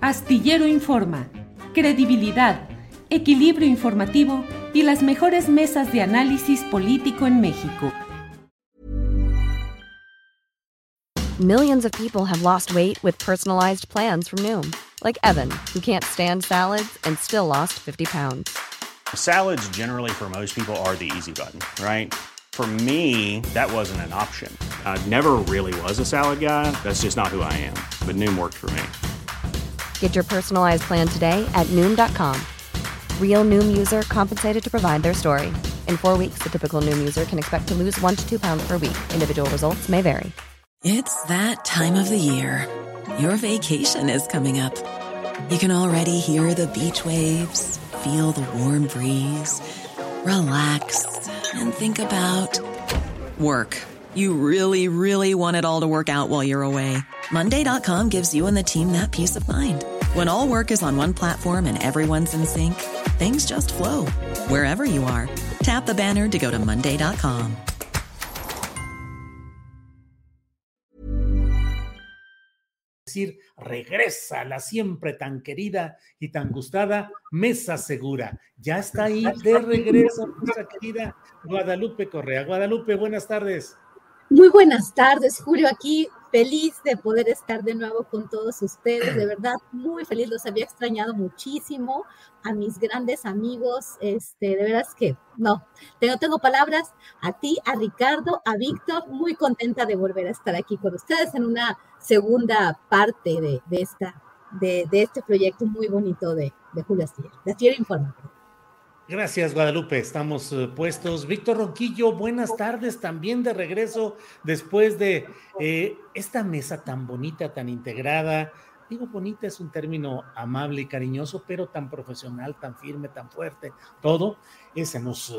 Astillero Informa, credibilidad, equilibrio informativo y las mejores mesas de análisis político en México. Millions of people have lost weight with personalized plans from Noom. Like Evan, who can't stand salads and still lost 50 pounds. Salads generally for most people are the easy button, right? For me, that wasn't an option. I never really was a salad guy. That's just not who I am. But Noom worked for me. Get your personalized plan today at Noom.com. Real Noom user compensated to provide their story. In 4 weeks, the typical Noom user can expect to lose 1 to 2 pounds per week. Individual results may vary. It's that time of the year. Your vacation is coming up. You can already hear the beach waves, feel the warm breeze, relax, and think about work. You really, really want it all to work out while you're away. Monday.com gives you and the team that peace of mind. When all work is on one platform and everyone's in sync, things just flow. Wherever you are, tap the banner to go to Monday.com. Decir, regresa la siempre tan querida y tan gustada Mesa Segura. Ya está ahí de regreso nuestra querida Guadalupe Correa. Guadalupe, buenas tardes. Muy buenas tardes, Julio, aquí feliz de poder estar de nuevo con todos ustedes, de verdad muy feliz, los había extrañado muchísimo, a mis grandes amigos, de veras que no tengo palabras, a ti, a Ricardo, a Víctor, muy contenta de volver a estar aquí con ustedes en una segunda parte de este proyecto muy bonito de Julio Astillero, de Astillero Informa. Gracias, Guadalupe. Estamos puestos. Víctor Ronquillo, buenas tardes, también de regreso después de esta mesa tan bonita, tan integrada. Digo, bonita es un término amable y cariñoso, pero tan profesional, tan firme, tan fuerte. Todo se nos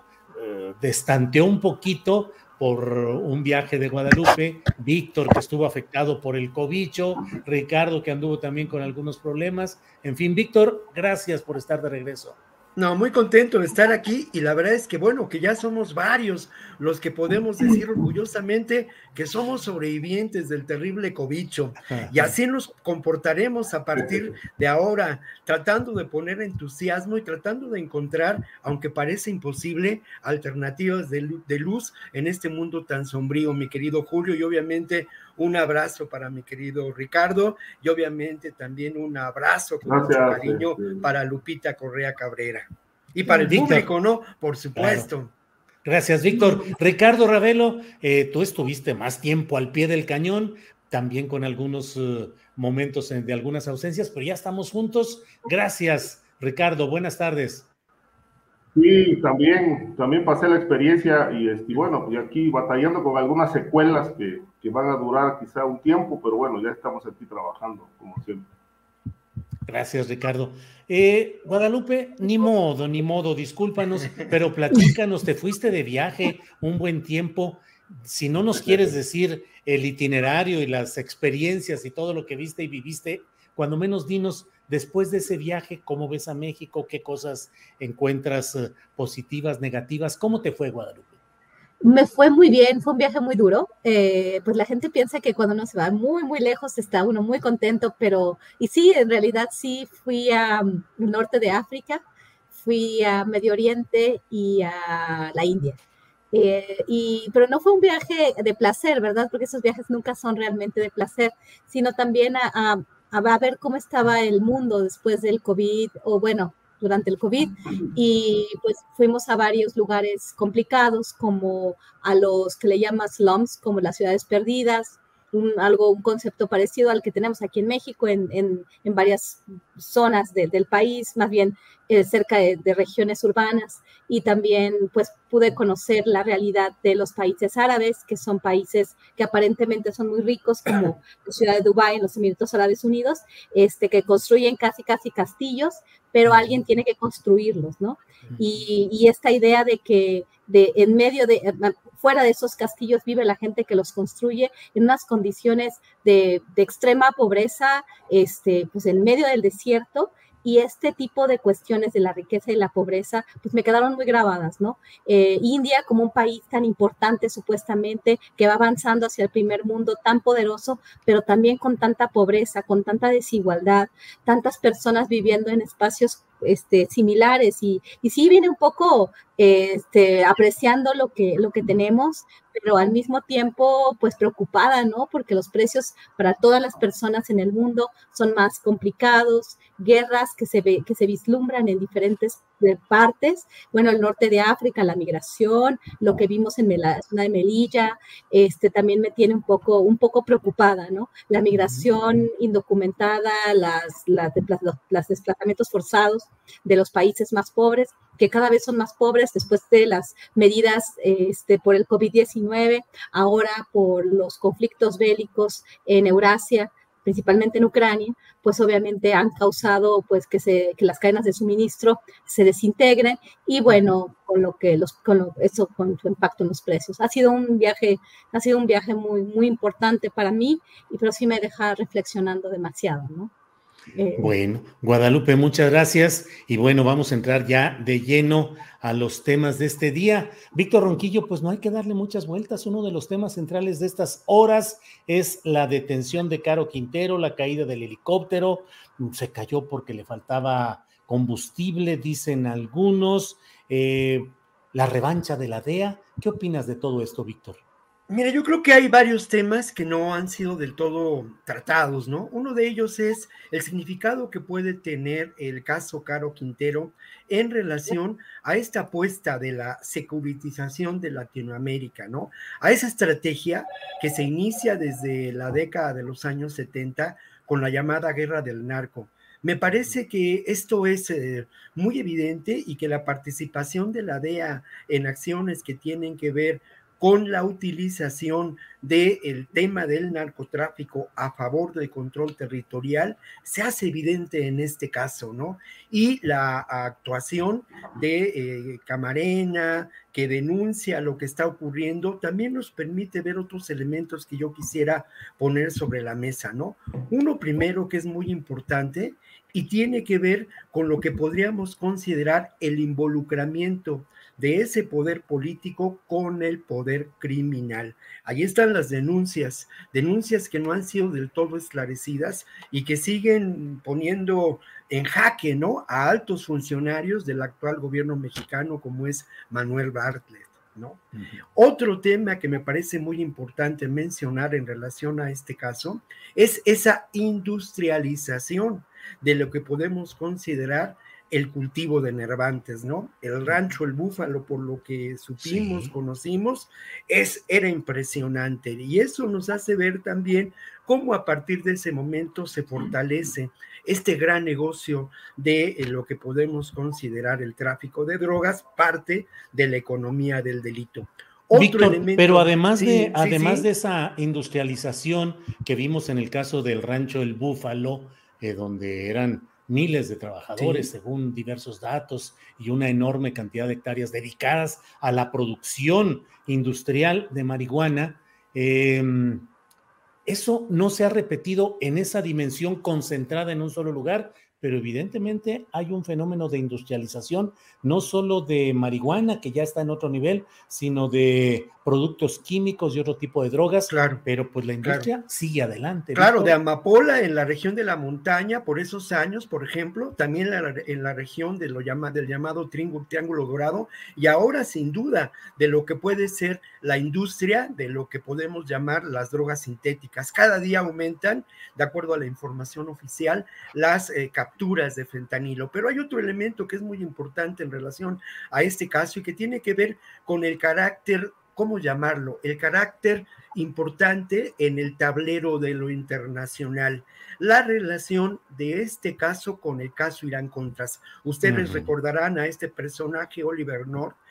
destanteó un poquito por un viaje de Guadalupe, Víctor que estuvo afectado por el cobicho, Ricardo que anduvo también con algunos problemas. En fin, Víctor, gracias por estar de regreso. No, muy contento de estar aquí y la verdad es que bueno, que ya somos varios los que podemos decir orgullosamente que somos sobrevivientes del terrible cobicho y así nos comportaremos a partir de ahora, tratando de poner entusiasmo y tratando de encontrar, aunque parece imposible, alternativas de luz en este mundo tan sombrío, mi querido Julio, y obviamente un abrazo para mi querido Ricardo y obviamente también un abrazo con mucho cariño para Lupita Correa Cabrera. Y para el Víctor, público, ¿no? Por supuesto. Claro. Gracias, Víctor. Ricardo Ravelo, tú estuviste más tiempo al pie del cañón, también con algunos momentos de algunas ausencias, pero ya estamos juntos. Gracias, Ricardo. Buenas tardes. Sí, también pasé la experiencia y bueno, pues aquí batallando con algunas secuelas que van a durar quizá un tiempo, pero bueno, ya estamos aquí trabajando, como siempre. Gracias, Ricardo. Guadalupe, ni modo, discúlpanos, pero platícanos, te fuiste de viaje un buen tiempo. Si no nos quieres decir el itinerario y las experiencias y todo lo que viste y viviste, cuando menos dinos, después de ese viaje, ¿cómo ves a México? ¿Qué cosas encuentras positivas, negativas? ¿Cómo te fue, Guadalupe? Me fue muy bien, fue un viaje muy duro, pues la gente piensa que cuando uno se va muy, muy lejos está uno muy contento, y sí, en realidad sí fui al norte de África, fui a Medio Oriente y a la India, pero no fue un viaje de placer, ¿verdad? Porque esos viajes nunca son realmente de placer, sino también a ver cómo estaba el mundo después del COVID, o bueno, durante el COVID, y pues fuimos a varios lugares complicados, como a los que le llaman slums, como las ciudades perdidas, un concepto parecido al que tenemos aquí en México, en varias zonas del país, más bien cerca de regiones urbanas, y también pues pude conocer la realidad de los países árabes, que son países que aparentemente son muy ricos, como la ciudad de Dubái en los Emiratos Árabes Unidos, que construyen casi castillos, pero alguien tiene que construirlos, ¿no? Y esta idea de que en medio fuera de esos castillos vive la gente que los construye en unas condiciones de extrema pobreza, pues en medio del desierto, y este tipo de cuestiones de la riqueza y la pobreza, pues me quedaron muy grabadas, ¿no? India como un país tan importante supuestamente, que va avanzando hacia el primer mundo, tan poderoso, pero también con tanta pobreza, con tanta desigualdad, tantas personas viviendo en espacios similares, y sí viene un poco apreciando lo que tenemos, pero al mismo tiempo pues preocupada, ¿no? Porque los precios para todas las personas en el mundo son más complicados, guerras que se vislumbran en diferentes partes, bueno, el norte de África, la migración, lo que vimos en la zona de Melilla, también me tiene un poco preocupada, ¿no? La migración indocumentada, los desplazamientos forzados de los países más pobres, que cada vez son más pobres después de las medidas por el COVID-19, ahora por los conflictos bélicos en Eurasia, principalmente en Ucrania, pues obviamente han causado pues que las cadenas de suministro se desintegren, y bueno, con su impacto en los precios. Ha sido un viaje muy, muy importante para mí, pero sí me deja reflexionando demasiado, ¿no? Bueno, Guadalupe, muchas gracias. Y bueno, vamos a entrar ya de lleno a los temas de este día. Víctor Ronquillo, pues no hay que darle muchas vueltas. Uno de los temas centrales de estas horas es la detención de Caro Quintero, la caída del helicóptero. Se cayó porque le faltaba combustible, dicen algunos. La revancha de la DEA. ¿Qué opinas de todo esto, Víctor? Mira, yo creo que hay varios temas que no han sido del todo tratados, ¿no? Uno de ellos es el significado que puede tener el caso Caro Quintero en relación a esta apuesta de la securitización de Latinoamérica, ¿no? A esa estrategia que se inicia desde la década de los años 70 con la llamada guerra del narco. Me parece que esto es muy evidente, y que la participación de la DEA en acciones que tienen que ver con la utilización del tema del narcotráfico a favor del control territorial, se hace evidente en este caso, ¿no? Y la actuación de Camarena, que denuncia lo que está ocurriendo, también nos permite ver otros elementos que yo quisiera poner sobre la mesa, ¿no? Uno primero, que es muy importante y tiene que ver con lo que podríamos considerar el involucramiento de ese poder político con el poder criminal. Ahí están las denuncias que no han sido del todo esclarecidas y que siguen poniendo en jaque, ¿no?, a altos funcionarios del actual gobierno mexicano, como es Manuel Bartlett, ¿no? Uh-huh. Otro tema que me parece muy importante mencionar en relación a este caso es esa industrialización de lo que podemos considerar el cultivo de nervantes, ¿no? El rancho El Búfalo, por lo que supimos, conocimos, era impresionante, y eso nos hace ver también cómo a partir de ese momento se fortalece este gran negocio de lo que podemos considerar el tráfico de drogas, parte de la economía del delito. Víctor, pero además de esa industrialización que vimos en el caso del rancho El Búfalo, donde eran miles de trabajadores, según diversos datos, y una enorme cantidad de hectáreas dedicadas a la producción industrial de marihuana, eso no se ha repetido en esa dimensión concentrada en un solo lugar, pero evidentemente hay un fenómeno de industrialización, no solo de marihuana, que ya está en otro nivel, sino de productos químicos y otro tipo de drogas, pero pues la industria sigue adelante. Claro, ¿no? De amapola en la región de la montaña, por esos años, por ejemplo, también en la región del llamado Triángulo Dorado, y ahora sin duda de lo que puede ser la industria de lo que podemos llamar las drogas sintéticas. Cada día aumentan, de acuerdo a la información oficial, las capturas de fentanilo, pero hay otro elemento que es muy importante en relación a este caso y que tiene que ver con el carácter, ¿cómo llamarlo?, el carácter importante en el tablero de lo internacional, la relación de este caso con el caso Irán Contras. Ustedes recordarán a este personaje, Oliver North,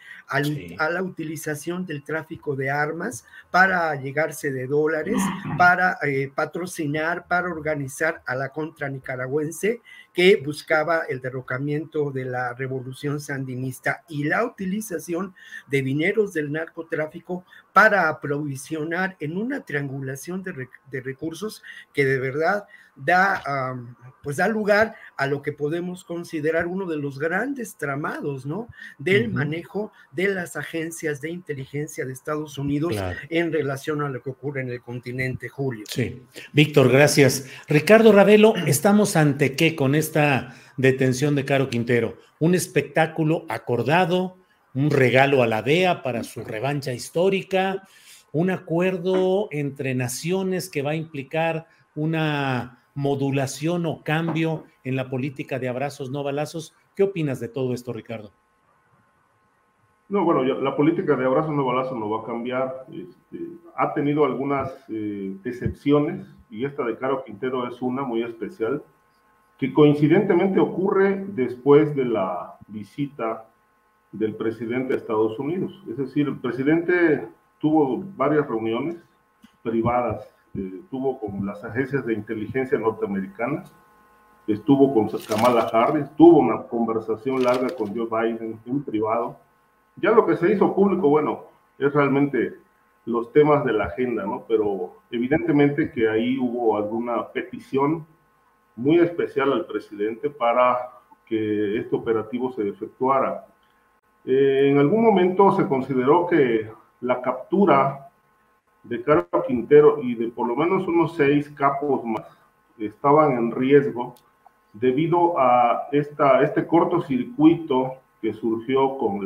a la utilización del tráfico de armas para llegarse de dólares, para patrocinar, para organizar a la contra nicaragüense que buscaba el derrocamiento de la revolución sandinista, y la utilización de dineros del narcotráfico para aprovisionar en una triangulación de recursos que de verdad da lugar a lo que podemos considerar uno de los grandes tramados, ¿no?, del manejo de las agencias de inteligencia de Estados Unidos en relación a lo que ocurre en el continente, Julio. Sí, Víctor, gracias. Ricardo Ravelo, ¿estamos ante qué con esta detención de Caro Quintero? ¿Un espectáculo acordado? ¿Un regalo a la DEA para su revancha histórica? ¿Un acuerdo entre naciones que va a implicar una modulación o cambio en la política de abrazos no balazos? ¿Qué opinas de todo esto, Ricardo? No, bueno, la política de abrazos no balazos no va a cambiar. Ha tenido algunas excepciones, y esta de Caro Quintero es una muy especial, que coincidentemente ocurre después de la visita del presidente a Estados Unidos. Es decir, el presidente tuvo varias reuniones privadas, tuvo con las agencias de inteligencia norteamericanas, estuvo con Kamala Harris, tuvo una conversación larga con Joe Biden en privado. Ya lo que se hizo público, bueno, es realmente los temas de la agenda, ¿no? Pero evidentemente que ahí hubo alguna petición muy especial al presidente para que este operativo se efectuara. En algún momento se consideró que la captura de Caro Quintero y de por lo menos unos 6 capos más estaban en riesgo debido a este cortocircuito que surgió con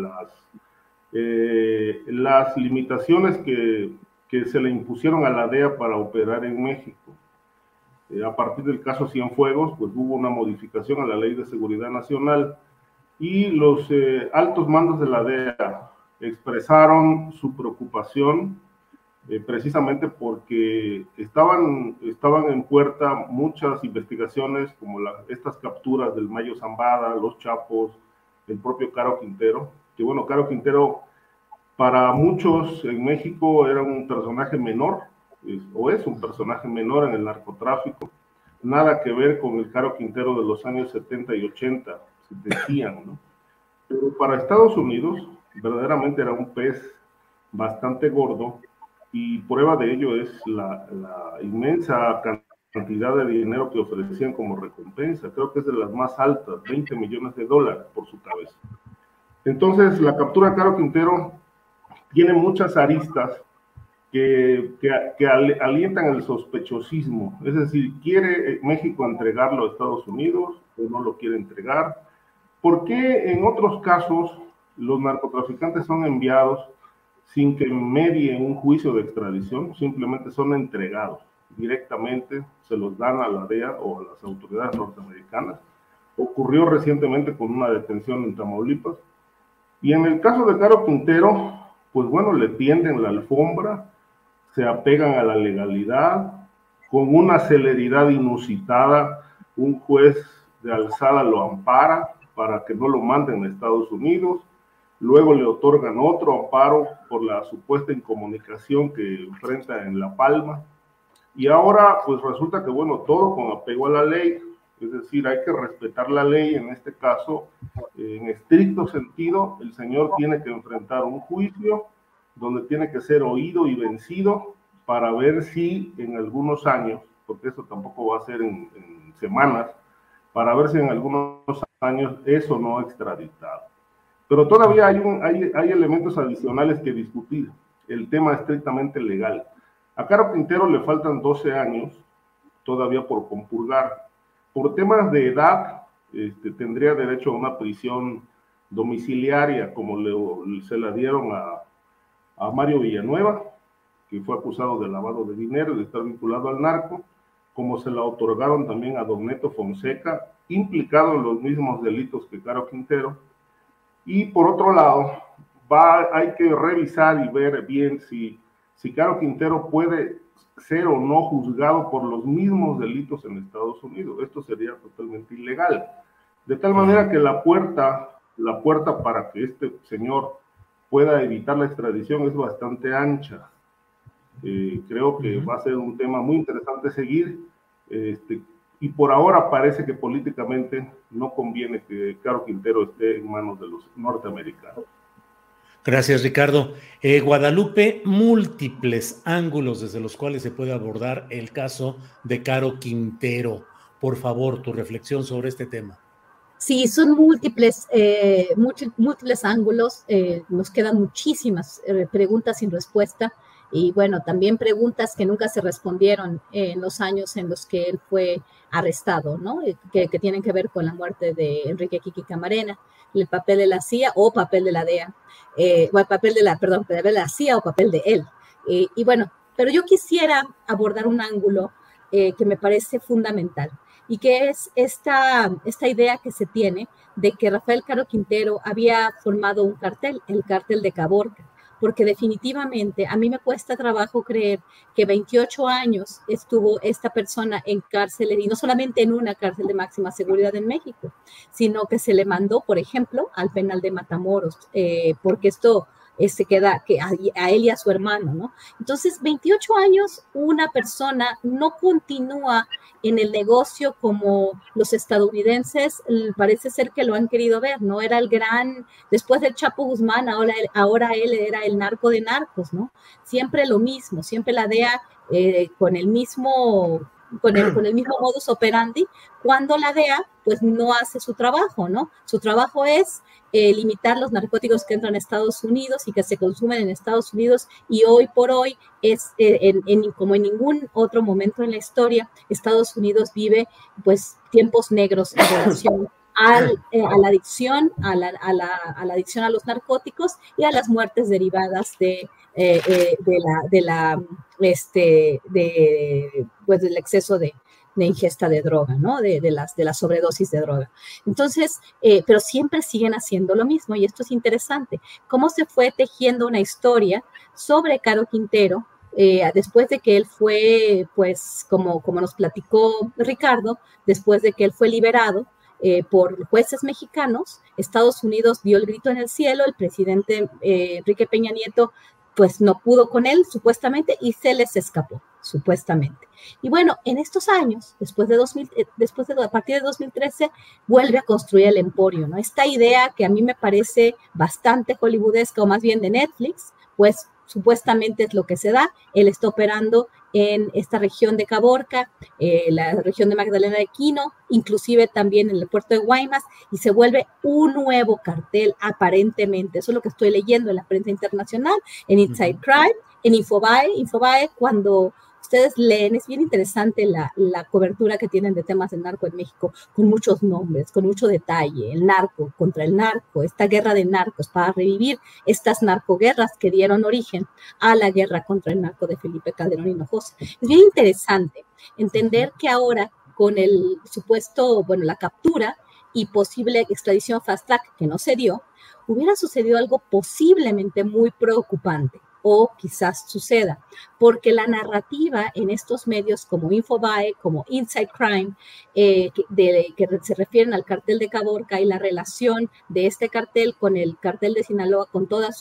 las limitaciones que se le impusieron a la DEA para operar en México. A partir del caso Cienfuegos, pues hubo una modificación a la Ley de Seguridad Nacional, y los altos mandos de la DEA expresaron su preocupación precisamente porque estaban en puerta muchas investigaciones como estas capturas del Mayo Zambada, los Chapos, el propio Caro Quintero, que bueno, Caro Quintero para muchos en México era un personaje menor, o es un personaje menor en el narcotráfico, nada que ver con el Caro Quintero de los años 70 y 80, decían, ¿no? Pero para Estados Unidos verdaderamente era un pez bastante gordo, y prueba de ello es la inmensa cantidad de dinero que ofrecían como recompensa. Creo que es de las más altas, $20 millones por su cabeza. Entonces la captura de Caro Quintero tiene muchas aristas que alientan el sospechosismo, es decir, ¿quiere México entregarlo a Estados Unidos o no lo quiere entregar? ¿Por qué en otros casos los narcotraficantes son enviados sin que medie un juicio de extradición? Simplemente son entregados directamente, se los dan a la DEA o a las autoridades norteamericanas. Ocurrió recientemente con una detención en Tamaulipas. Y en el caso de Caro Quintero, pues bueno, le tienden la alfombra, se apegan a la legalidad, con una celeridad inusitada, un juez de alzada lo ampara para que no lo manden a Estados Unidos, luego le otorgan otro amparo por la supuesta incomunicación que enfrenta en La Palma, y ahora pues resulta que bueno, todo con apego a la ley, es decir, hay que respetar la ley. En este caso, en estricto sentido, el señor tiene que enfrentar un juicio donde tiene que ser oído y vencido para ver si en algunos años, porque eso tampoco va a ser en semanas, para ver si en algunos años es o no extraditado. Pero todavía hay elementos adicionales que discutir, el tema estrictamente legal. A Caro Quintero le faltan 12 años todavía por compurgar. Por temas de edad, tendría derecho a una prisión domiciliaria, como se la dieron a Mario Villanueva, que fue acusado de lavado de dinero y de estar vinculado al narco, como se la otorgaron también a Don Neto Fonseca, implicado en los mismos delitos que Caro Quintero. Y por otro lado, hay que revisar y ver bien si Caro Quintero puede ser o no juzgado por los mismos delitos en Estados Unidos. Esto sería totalmente ilegal. De tal manera que la puerta para que este señor pueda evitar la extradición es bastante ancha. Creo que va a ser un tema muy interesante seguir, y por ahora parece que políticamente no conviene que Caro Quintero esté en manos de los norteamericanos. Gracias, Ricardo. Guadalupe, múltiples ángulos desde los cuales se puede abordar el caso de Caro Quintero. Por favor, tu reflexión sobre este tema. Sí, son múltiples ángulos, nos quedan muchísimas preguntas sin respuesta y bueno, también preguntas que nunca se respondieron en los años en los que él fue arrestado, ¿no? Que tienen que ver con la muerte de Enrique Kiki Camarena, el papel de la CIA o papel de la DEA, papel de la CIA o papel de él. Y bueno, pero yo quisiera abordar un ángulo que me parece fundamental, y que es esta idea que se tiene de que Rafael Caro Quintero había formado un cartel, el cártel de Caborca, porque definitivamente a mí me cuesta trabajo creer que 28 años estuvo esta persona en cárceles, y no solamente en una cárcel de máxima seguridad en México, sino que se le mandó, por ejemplo, al penal de Matamoros, porque esto se queda a él y a su hermano, ¿no? Entonces, 28 años, una persona no continúa en el negocio como los estadounidenses parece ser que lo han querido ver, ¿no? Era el gran, después del Chapo Guzmán, ahora él era el narco de narcos, ¿no? Siempre lo mismo, siempre la DEA con el mismo modus operandi, cuando la DEA pues no hace su trabajo, ¿no? Su trabajo es limitar los narcóticos que entran a Estados Unidos y que se consumen en Estados Unidos, y hoy por hoy es como en ningún otro momento en la historia, Estados Unidos vive pues tiempos negros en relación a la adicción, a la adicción a los narcóticos y a las muertes derivadas del exceso de ingesta de droga, ¿no? De la sobredosis de droga. Entonces, pero siempre siguen haciendo lo mismo, y esto es interesante. Cómo se fue tejiendo una historia sobre Caro Quintero, después de que él fue, pues, como nos platicó Ricardo, después de que él fue liberado por jueces mexicanos, Estados Unidos dio el grito en el cielo, el presidente Enrique Peña Nieto pues no pudo con él, supuestamente, y se les escapó, supuestamente. Y bueno, en estos años, a partir de 2013, vuelve a construir el emporio, ¿no? Esta idea que a mí me parece bastante hollywoodesca, o más bien de Netflix, pues supuestamente es lo que se da. Él está operando en esta región de Caborca, la región de Magdalena de Quino, inclusive también en el puerto de Guaymas, y se vuelve un nuevo cartel aparentemente. Eso es lo que estoy leyendo en la prensa internacional, en Inside Crime, en Infobae, cuando ustedes leen, es bien interesante la cobertura que tienen de temas del narco en México, con muchos nombres, con mucho detalle, el narco contra el narco, esta guerra de narcos, para revivir estas narcoguerras que dieron origen a la guerra contra el narco de Felipe Calderón Hinojosa. Es bien interesante entender que ahora, con el supuesto, la captura y posible extradición fast track que no se dio, hubiera sucedido algo posiblemente muy preocupante, o quizás suceda, porque la narrativa en estos medios como Infobae, como Inside Crime, que se refieren al cartel de Caborca y la relación de este cartel con el cartel de Sinaloa, con todas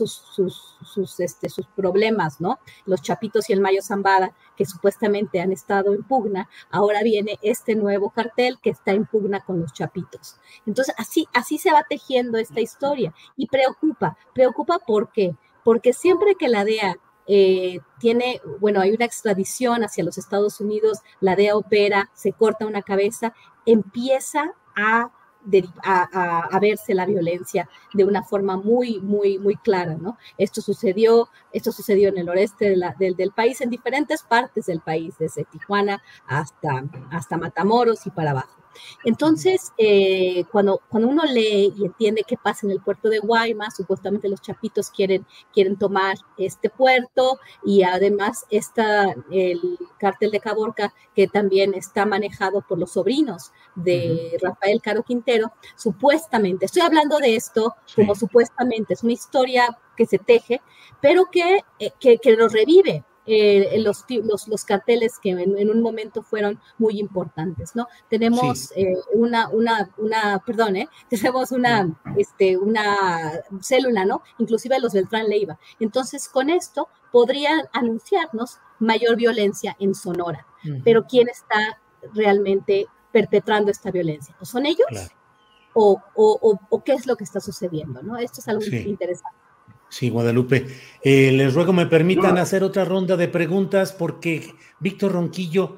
sus problemas, ¿no? Los Chapitos y el Mayo Zambada, que supuestamente han estado en pugna, ahora viene este nuevo cartel que está en pugna con los Chapitos. Entonces, así se va tejiendo esta historia, y preocupa. ¿Por qué? Porque siempre que la DEA hay una extradición hacia los Estados Unidos, la DEA opera, se corta una cabeza, empieza a verse la violencia de una forma muy, muy, muy clara, ¿no? Esto sucedió en el noreste del país, en diferentes partes del país, desde Tijuana hasta Matamoros y para abajo. Entonces, cuando uno lee y entiende qué pasa en el puerto de Guaymas, supuestamente los Chapitos quieren tomar este puerto, y además el cártel de Caborca, que también está manejado por los sobrinos de Rafael Caro Quintero, supuestamente, estoy hablando de esto como supuestamente, es una historia que se teje, pero que lo revive los carteles que en un momento fueron muy importantes, ¿no? Tenemos tenemos una célula, ¿no? Inclusive los Beltrán Leiva. Entonces, con esto podrían anunciarnos mayor violencia en Sonora. Pero ¿quién está realmente perpetrando esta violencia? ¿O son ellos? Claro. O qué es lo que está sucediendo, ¿no? Esto es algo interesante. Sí, Guadalupe. Les ruego me permitan hacer otra ronda de preguntas porque, Víctor Ronquillo,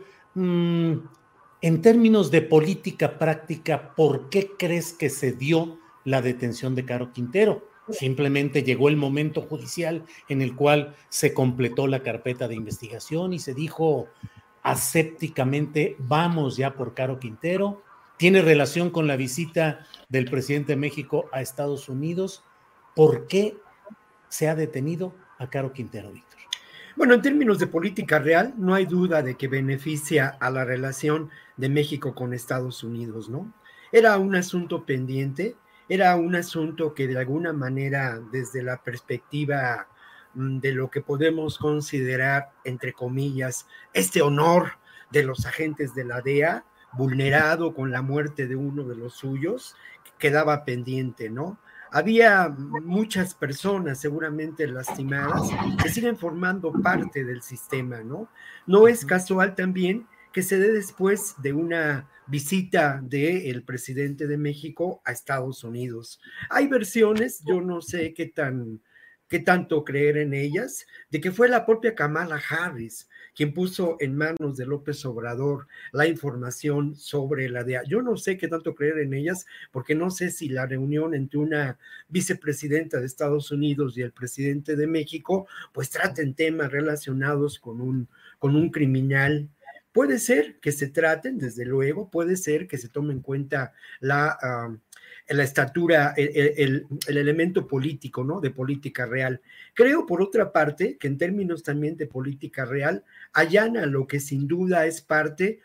en términos de política práctica, ¿por qué crees que se dio la detención de Caro Quintero? Simplemente llegó el momento judicial en el cual se completó la carpeta de investigación y se dijo asépticamente, vamos ya por Caro Quintero. ¿Tiene relación con la visita del presidente de México a Estados Unidos? ¿Por qué se ha detenido a Caro Quintero, Víctor? Bueno, en términos de política real, no hay duda de que beneficia a la relación de México con Estados Unidos, ¿no? Era un asunto pendiente, era un asunto que de alguna manera, desde la perspectiva de lo que podemos considerar, entre comillas, este honor de los agentes de la DEA, vulnerado con la muerte de uno de los suyos, quedaba pendiente, ¿no? Había muchas personas seguramente lastimadas que siguen formando parte del sistema, ¿no? No es casual también que se dé después de una visita del presidente de México a Estados Unidos. Hay versiones, yo no sé qué tanto creer en ellas, de que fue la propia Kamala Harris quien puso en manos de López Obrador la información sobre la DEA. Yo no sé qué tanto creer en ellas, porque no sé si la reunión entre una vicepresidenta de Estados Unidos y el presidente de México, pues traten temas relacionados con un criminal. Puede ser que se traten, desde luego, puede ser que se tome en cuenta la estatura, el elemento político, ¿no? De política real. Creo, por otra parte, que en términos también de política real, allana lo que sin duda es parte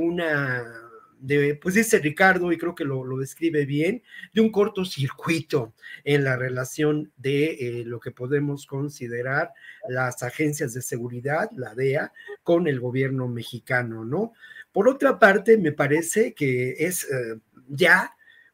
pues dice Ricardo, y creo que lo describe bien, de un cortocircuito en la relación de lo que podemos considerar las agencias de seguridad, la DEA, con el gobierno mexicano, ¿no? Por otra parte, me parece que es ya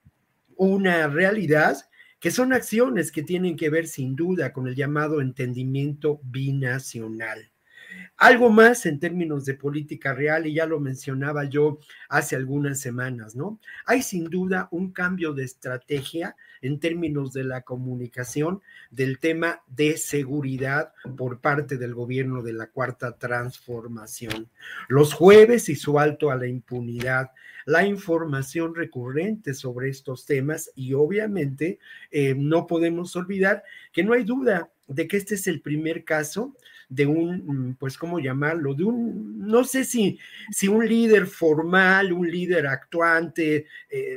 una realidad, que son acciones que tienen que ver sin duda con el llamado entendimiento binacional. Algo más en términos de política real, y ya lo mencionaba yo hace algunas semanas, ¿no? Hay sin duda un cambio de estrategia en términos de la comunicación del tema de seguridad por parte del gobierno de la Cuarta Transformación. Los jueves y su alto a la impunidad, la información recurrente sobre estos temas y obviamente no podemos olvidar que no hay duda de que este es el primer caso de un, pues, ¿cómo llamarlo? De un, no sé si un líder formal, un líder actuante,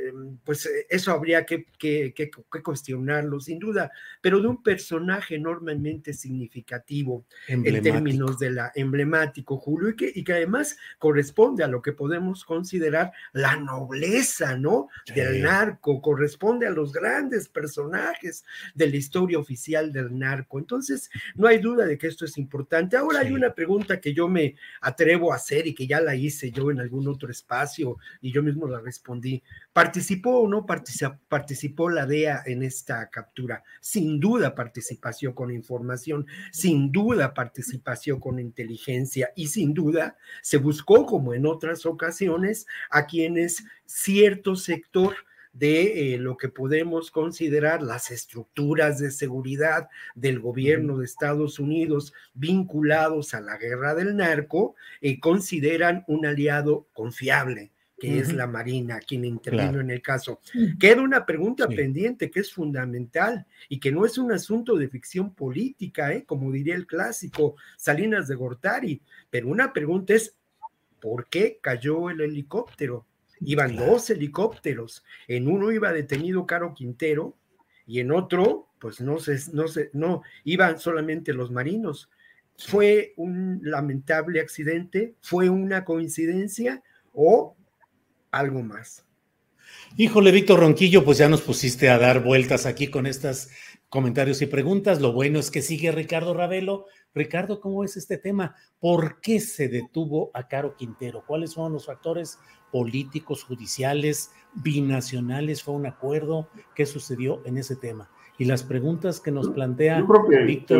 pues eso habría que cuestionarlo, sin duda, pero de un personaje enormemente significativo en términos de la emblemático, Julio, y que además corresponde a lo que podemos considerar la nobleza, ¿no? Sí. Del narco, corresponde a los grandes personajes de la historia oficial del narco. Entonces, no hay duda de que esto es importante. Ahora sí. Hay una pregunta que yo me atrevo a hacer y que ya la hice yo en algún otro espacio y yo mismo la respondí. ¿Participó o no participó la DEA en esta captura? Sin duda participación con información, sin duda participación con inteligencia y sin duda se buscó, como en otras ocasiones, a quienes cierto sector de lo que podemos considerar las estructuras de seguridad del gobierno de Estados Unidos vinculados a la guerra del narco, consideran un aliado confiable, que es la Marina, quien intervino en el caso. Queda una pregunta pendiente que es fundamental y que no es un asunto de ficción política, como diría el clásico Salinas de Gortari, pero una pregunta es, ¿por qué cayó el helicóptero? Iban dos helicópteros, en uno iba detenido Caro Quintero y en otro, pues no iban solamente los marinos. ¿Fue un lamentable accidente? ¿Fue una coincidencia o algo más? Híjole, Víctor Ronquillo, pues ya nos pusiste a dar vueltas aquí con estos comentarios y preguntas. Lo bueno es que sigue Ricardo Ravelo. Ricardo, ¿cómo es este tema? ¿Por qué se detuvo a Caro Quintero? ¿Cuáles fueron los factores políticos, judiciales, binacionales? ¿Fue un acuerdo? ¿Qué sucedió en ese tema? Y las preguntas que nos plantea Yo creo que Víctor.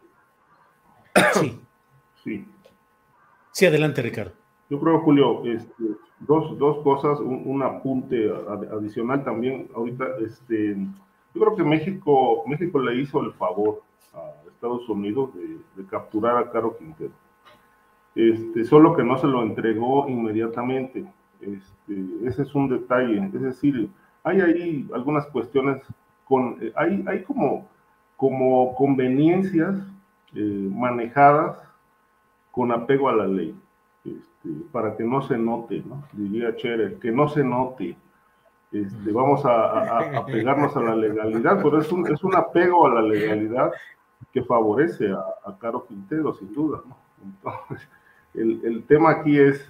Sí. Sí, adelante, Ricardo. Yo creo, Julio, dos cosas, un apunte adicional también. Ahorita, yo creo que México le hizo el favor a Estados Unidos de capturar a Caro Quintero. Solo que no se lo entregó inmediatamente. Ese es un detalle. Es decir, hay ahí algunas cuestiones, hay como conveniencias manejadas con apego a la ley. Para que no se note, ¿no? Diría Scherer, que no se note. Vamos a pegarnos a la legalidad, pero es un apego a la legalidad que favorece a Caro Quintero, sin duda, ¿no? Entonces, el tema aquí es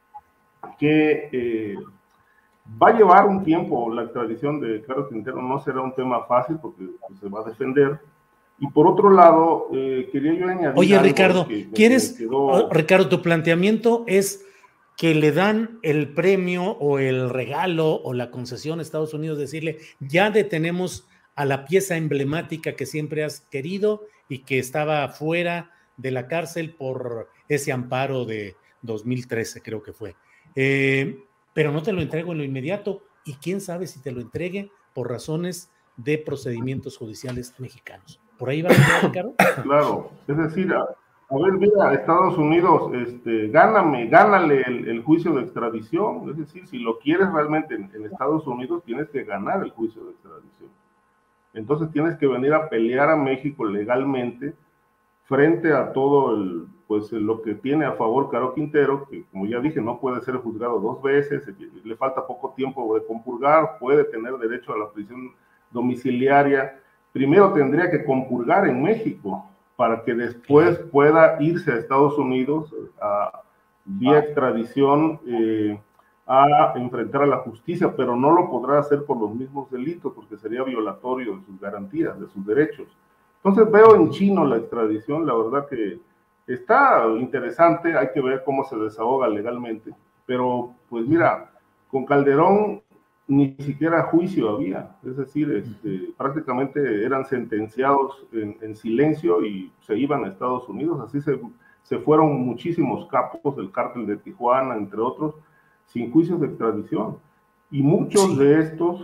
que va a llevar un tiempo la extradición de Caro Quintero, no será un tema fácil porque se va a defender. Y por otro lado, quería yo añadir. Oye, Ricardo, Ricardo, tu planteamiento es que le dan el premio o el regalo o la concesión a Estados Unidos, decirle, ya detenemos a la pieza emblemática que siempre has querido y que estaba fuera de la cárcel por ese amparo de 2013, creo que fue. Pero no te lo entrego en lo inmediato y quién sabe si te lo entregue por razones de procedimientos judiciales mexicanos. ¿Por ahí va, Ricardo? Claro, es decir, a ver, mira, Estados Unidos, gánale el juicio de extradición. Es decir, si lo quieres realmente en Estados Unidos, tienes que ganar el juicio de extradición. Entonces tienes que venir a pelear a México legalmente frente a todo lo que tiene a favor Caro Quintero, que como ya dije, no puede ser juzgado 2 veces, le falta poco tiempo de compurgar, puede tener derecho a la prisión domiciliaria. Primero tendría que compurgar en México para que después pueda irse a Estados Unidos vía extradición a enfrentar a la justicia, pero no lo podrá hacer por los mismos delitos porque sería violatorio de sus garantías, de sus derechos. Entonces veo en chino la extradición, la verdad que está interesante, hay que ver cómo se desahoga legalmente, pero pues mira, con Calderón ni siquiera juicio había, es decir, prácticamente eran sentenciados en silencio y se iban a Estados Unidos, así se fueron muchísimos capos del cártel de Tijuana, entre otros, sin juicios de extradición, y muchos de estos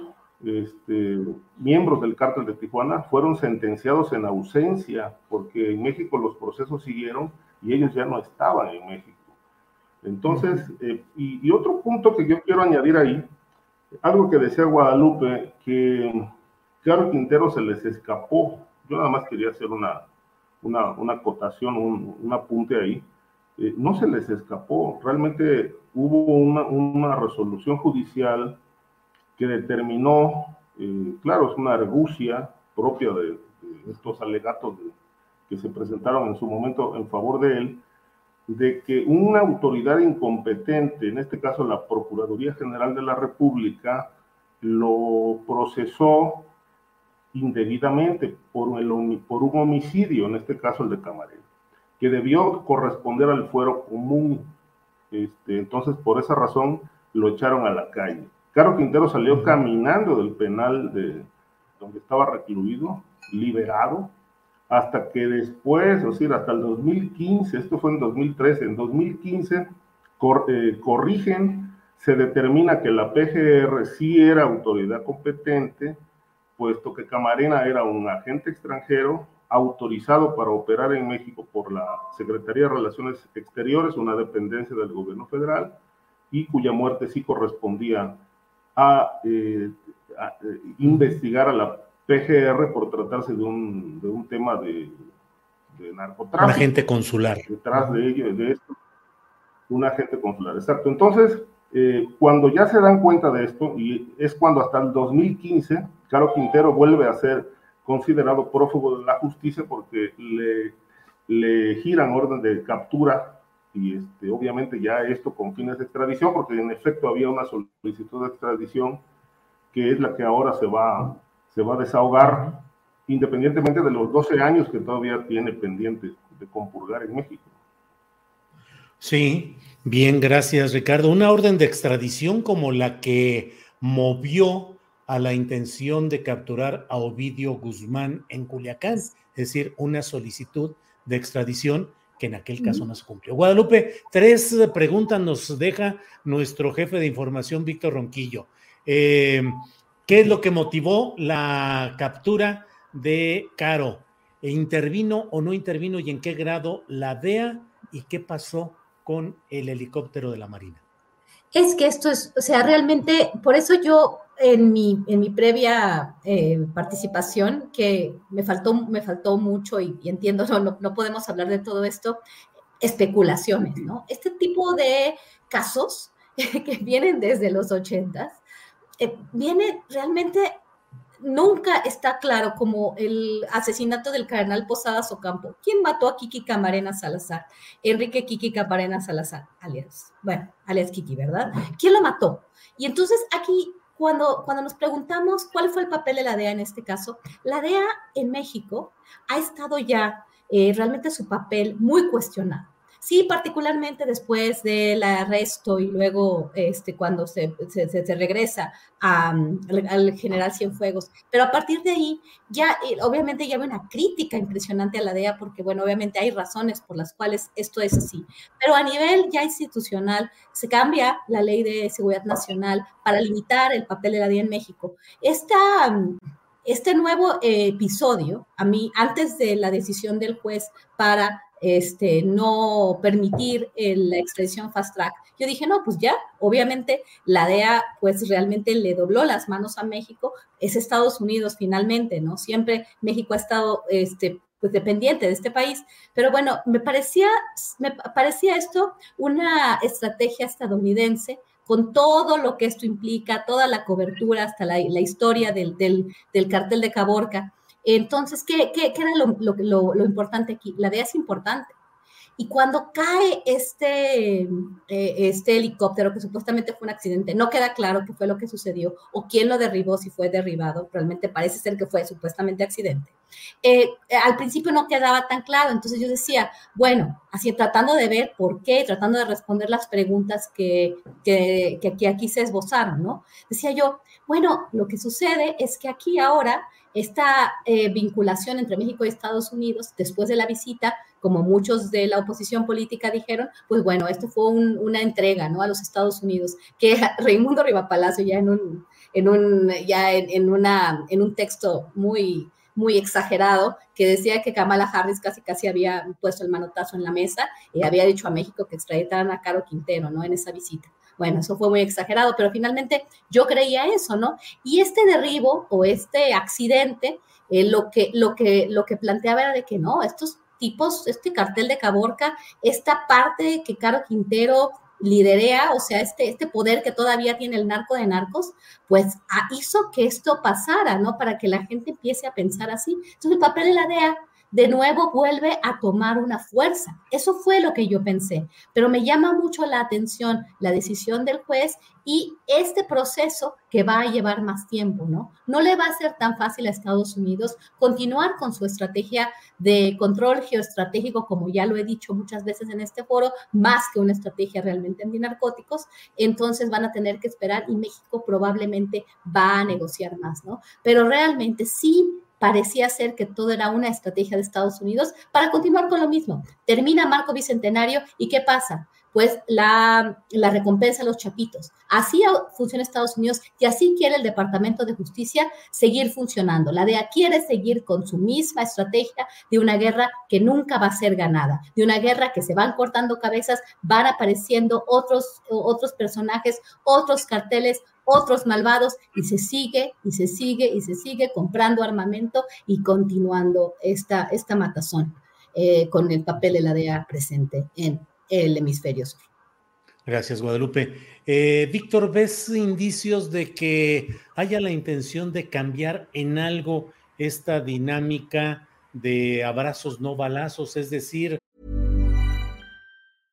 miembros del cártel de Tijuana fueron sentenciados en ausencia, porque en México los procesos siguieron y ellos ya no estaban en México. Entonces, y otro punto que yo quiero añadir ahí, algo que decía Guadalupe, que Caro Quintero se les escapó. Yo nada más quería hacer una acotación, un apunte ahí. No se les escapó. Realmente hubo una resolución judicial que determinó, claro, es una argucia propia de estos alegatos que se presentaron en su momento en favor de él, de que una autoridad incompetente, en este caso la Procuraduría General de la República, lo procesó indebidamente por un homicidio, en este caso el de Camarena, que debió corresponder al fuero común. Entonces, por esa razón, lo echaron a la calle. Caro Quintero salió caminando del penal donde estaba recluido, liberado, hasta que después, o sea, hasta el 2015, esto fue en 2013, en 2015 corrigen, se determina que la PGR sí era autoridad competente, puesto que Camarena era un agente extranjero autorizado para operar en México por la Secretaría de Relaciones Exteriores, una dependencia del gobierno federal, y cuya muerte sí correspondía a investigar a la PGR por tratarse de un tema de narcotráfico. Un agente consular. Detrás de ello, de esto, un agente consular, exacto. Entonces, cuando ya se dan cuenta de esto, y es cuando hasta el 2015, Caro Quintero vuelve a ser considerado prófugo de la justicia porque le giran orden de captura y obviamente ya esto con fines de extradición, porque en efecto había una solicitud de extradición que es la que ahora se va a desahogar, independientemente de los 12 años que todavía tiene pendiente de compurgar en México. Sí, bien, gracias, Ricardo. Una orden de extradición como la que movió a la intención de capturar a Ovidio Guzmán en Culiacán, es decir, una solicitud de extradición que en aquel caso no se cumplió. Guadalupe, 3 preguntas nos deja nuestro jefe de información, Víctor Ronquillo. ¿Qué es lo que motivó la captura de Caro? ¿Intervino o no intervino y en qué grado la DEA? ¿Y qué pasó con el helicóptero de la Marina? Es que esto es, o sea, realmente, por eso yo en mi previa participación, que me faltó mucho y entiendo, no podemos hablar de todo esto, especulaciones, ¿no? Este tipo de casos que vienen desde los 80s, viene realmente, nunca está claro, como el asesinato del cardenal Posadas Ocampo. ¿Quién mató a Kiki Camarena Salazar? Enrique Kiki Camarena Salazar, alias Kiki, ¿verdad? ¿Quién lo mató? Y entonces aquí, cuando nos preguntamos cuál fue el papel de la DEA en este caso, la DEA en México ha estado ya realmente su papel muy cuestionado. Sí, particularmente después del arresto y luego cuando se regresa al general Cienfuegos. Pero a partir de ahí, ya obviamente ya hay una crítica impresionante a la DEA porque, bueno, obviamente hay razones por las cuales esto es así. Pero a nivel ya institucional, se cambia la Ley de Seguridad Nacional para limitar el papel de la DEA en México. Este nuevo episodio, a mí, antes de la decisión del juez para no permitir la extradición fast track, yo dije, no, pues ya, obviamente la DEA pues realmente le dobló las manos a México, es Estados Unidos finalmente, ¿no? Siempre México ha estado pues dependiente de este país, pero bueno, me parecía esto una estrategia estadounidense con todo lo que esto implica, toda la cobertura, hasta la historia del cartel de Caborca. Entonces, ¿qué era lo importante aquí? La DEA es importante. Y cuando cae este helicóptero, que supuestamente fue un accidente, no queda claro qué fue lo que sucedió o quién lo derribó, si fue derribado, realmente parece ser que fue supuestamente accidente. Al principio no quedaba tan claro, entonces yo decía, bueno, así tratando de ver por qué, tratando de responder las preguntas que aquí se esbozaron, ¿no? Decía yo, bueno, lo que sucede es que aquí ahora esta vinculación entre México y Estados Unidos, después de la visita, como muchos de la oposición política dijeron, pues bueno, esto fue una entrega, ¿no?, a los Estados Unidos, que Raimundo Rivapalacio ya en un texto muy exagerado, que decía que Kamala Harris casi había puesto el manotazo en la mesa y había dicho a México que extraditaran a Caro Quintero, ¿no?, en esa visita. Bueno, eso fue muy exagerado, pero finalmente yo creía eso, ¿no? Y este derribo o este accidente, lo que planteaba era de que no, estos tipos, este cartel de Caborca, esta parte que Caro Quintero liderea, o sea, este poder que todavía tiene el narco de narcos, pues hizo que esto pasara, ¿no? Para que la gente empiece a pensar así. Entonces el papel de la DEA de nuevo vuelve a tomar una fuerza. Eso fue lo que yo pensé, pero me llama mucho la atención la decisión del juez y este proceso que va a llevar más tiempo, ¿no? No le va a ser tan fácil a Estados Unidos continuar con su estrategia de control geoestratégico, como ya lo he dicho muchas veces en este foro, más que una estrategia realmente antinarcóticos. Entonces van a tener que esperar y México probablemente va a negociar más, ¿no? Pero realmente sí parecía ser que todo era una estrategia de Estados Unidos para continuar con lo mismo. Termina Marco Bicentenario y ¿qué pasa? Pues la recompensa a los chapitos. Así funciona Estados Unidos y así quiere el Departamento de Justicia seguir funcionando. La DEA quiere seguir con su misma estrategia de una guerra que nunca va a ser ganada, de una guerra que se van cortando cabezas, van apareciendo otros personajes, otros carteles, otros malvados, y se sigue comprando armamento y continuando esta matazón con el papel de la DEA presente en el hemisferio sur. Gracias, Guadalupe. Víctor, ¿ves indicios de que haya la intención de cambiar en algo esta dinámica de abrazos no balazos? Es decir,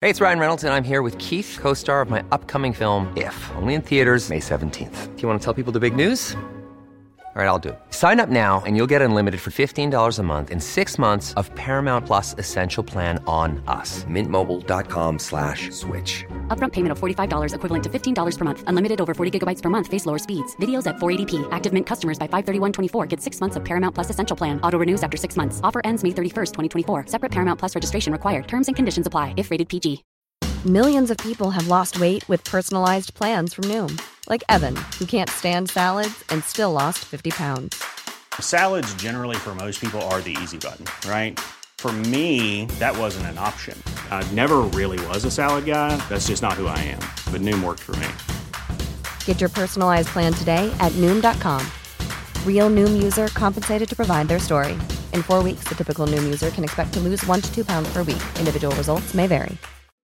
Hey, it's Ryan Reynolds, and I'm here with Keith, co-star of my upcoming film, If, only in theaters May 17th. Do you want to tell people the big news? All right, I'll do it. Sign up now and you'll get unlimited for $15 a month and 6 months of Paramount Plus Essential Plan on us. MintMobile.com/switch. Upfront payment of $45 equivalent to $15 per month. Unlimited over 40 gigabytes per month. Face lower speeds. Videos at 480p. Active Mint customers by 531.24 get 6 months of Paramount Plus Essential Plan. Auto renews after 6 months. Offer ends May 31st, 2024. Separate Paramount Plus registration required. Terms and conditions apply if rated PG. Millions of people have lost weight with personalized plans from Noom. Like Evan, who can't stand salads and still lost 50 pounds. Salads generally for most people are the easy button, right? For me, that wasn't an option. I never really was a salad guy. That's just not who I am. But Noom worked for me. Get your personalized plan today at Noom.com. Real Noom user compensated to provide their story. In 4 weeks, the typical Noom user can expect to lose 1 to 2 pounds per week. Individual results may vary.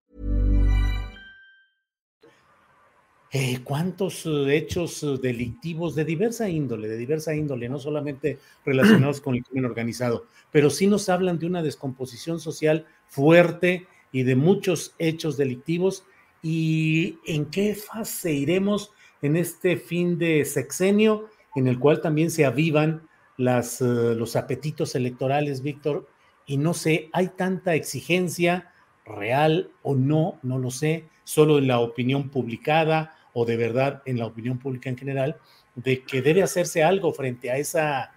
¿Cuántos hechos delictivos de diversa índole, no solamente relacionados con el crimen organizado, pero sí nos hablan de una descomposición social fuerte y de muchos hechos delictivos? ¿Y en qué fase iremos en este fin de sexenio, en el cual también se avivan los apetitos electorales, Víctor? Y no sé, ¿hay tanta exigencia real o no? No lo sé, solo en la opinión publicada o de verdad en la opinión pública en general, de que debe hacerse algo frente a esa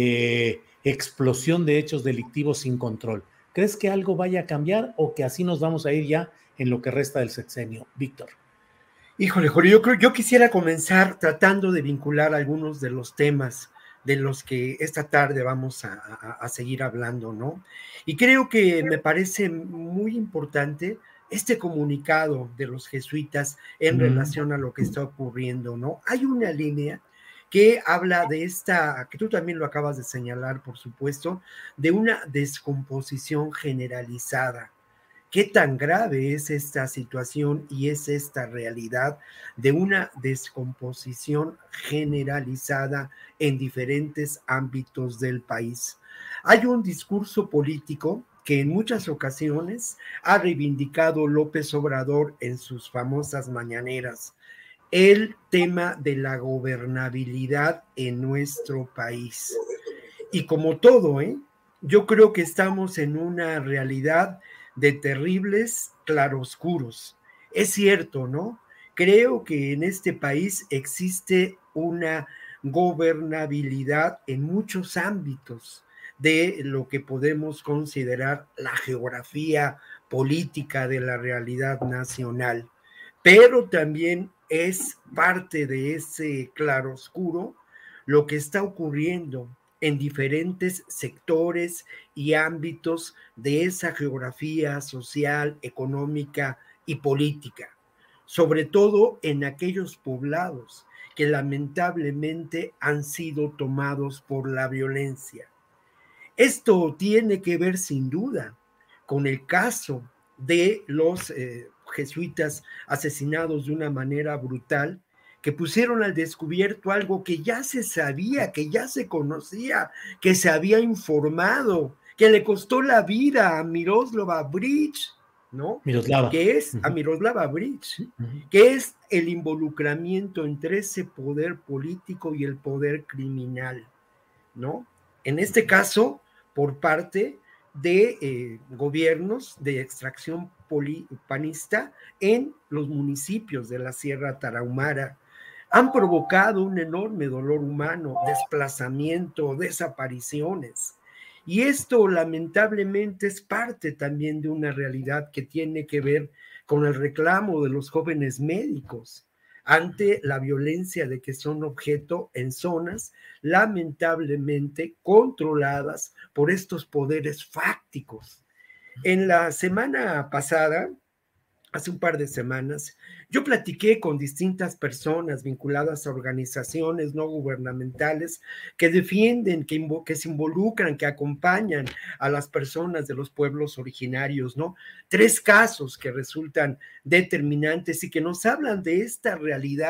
explosión de hechos delictivos sin control. ¿Crees que algo vaya a cambiar o que así nos vamos a ir ya en lo que resta del sexenio, Víctor? Híjole, Jorge, yo quisiera comenzar tratando de vincular algunos de los temas de los que esta tarde vamos a seguir hablando, ¿no? Y creo que me parece muy importante este comunicado de los jesuitas en relación a lo que está ocurriendo, ¿no? Hay una línea que habla de esta, que tú también lo acabas de señalar, por supuesto, de una descomposición generalizada. ¿Qué tan grave es esta situación y es esta realidad de una descomposición generalizada en diferentes ámbitos del país? Hay un discurso político que en muchas ocasiones ha reivindicado López Obrador en sus famosas mañaneras, el tema de la gobernabilidad en nuestro país. Y como todo, yo creo que estamos en una realidad de terribles claroscuros. Es cierto, ¿no? Creo que en este país existe una gobernabilidad en muchos ámbitos de lo que podemos considerar la geografía política de la realidad nacional, pero también es parte de ese claroscuro lo que está ocurriendo en diferentes sectores y ámbitos de esa geografía social, económica y política, sobre todo en aquellos poblados que lamentablemente han sido tomados por la violencia. Esto tiene que ver sin duda con el caso de los jesuitas asesinados de una manera brutal, que pusieron al descubierto algo que ya se sabía, que ya se conocía, que se había informado, que le costó la vida a Miroslava Breach, ¿no? Que es a Miroslava Breach, que es el involucramiento entre ese poder político y el poder criminal, ¿no? En este caso, por parte de gobiernos de extracción panista en los municipios de la Sierra Tarahumara, han provocado un enorme dolor humano, desplazamiento, desapariciones. Y esto lamentablemente es parte también de una realidad que tiene que ver con el reclamo de los jóvenes médicos ante la violencia de que son objeto en zonas lamentablemente controladas por estos poderes fácticos. En la semana pasada, hace un par de semanas, yo platiqué con distintas personas vinculadas a organizaciones no gubernamentales que defienden, que se involucran, que acompañan a las personas de los pueblos originarios, ¿no? 3 casos que resultan determinantes y que nos hablan de esta realidad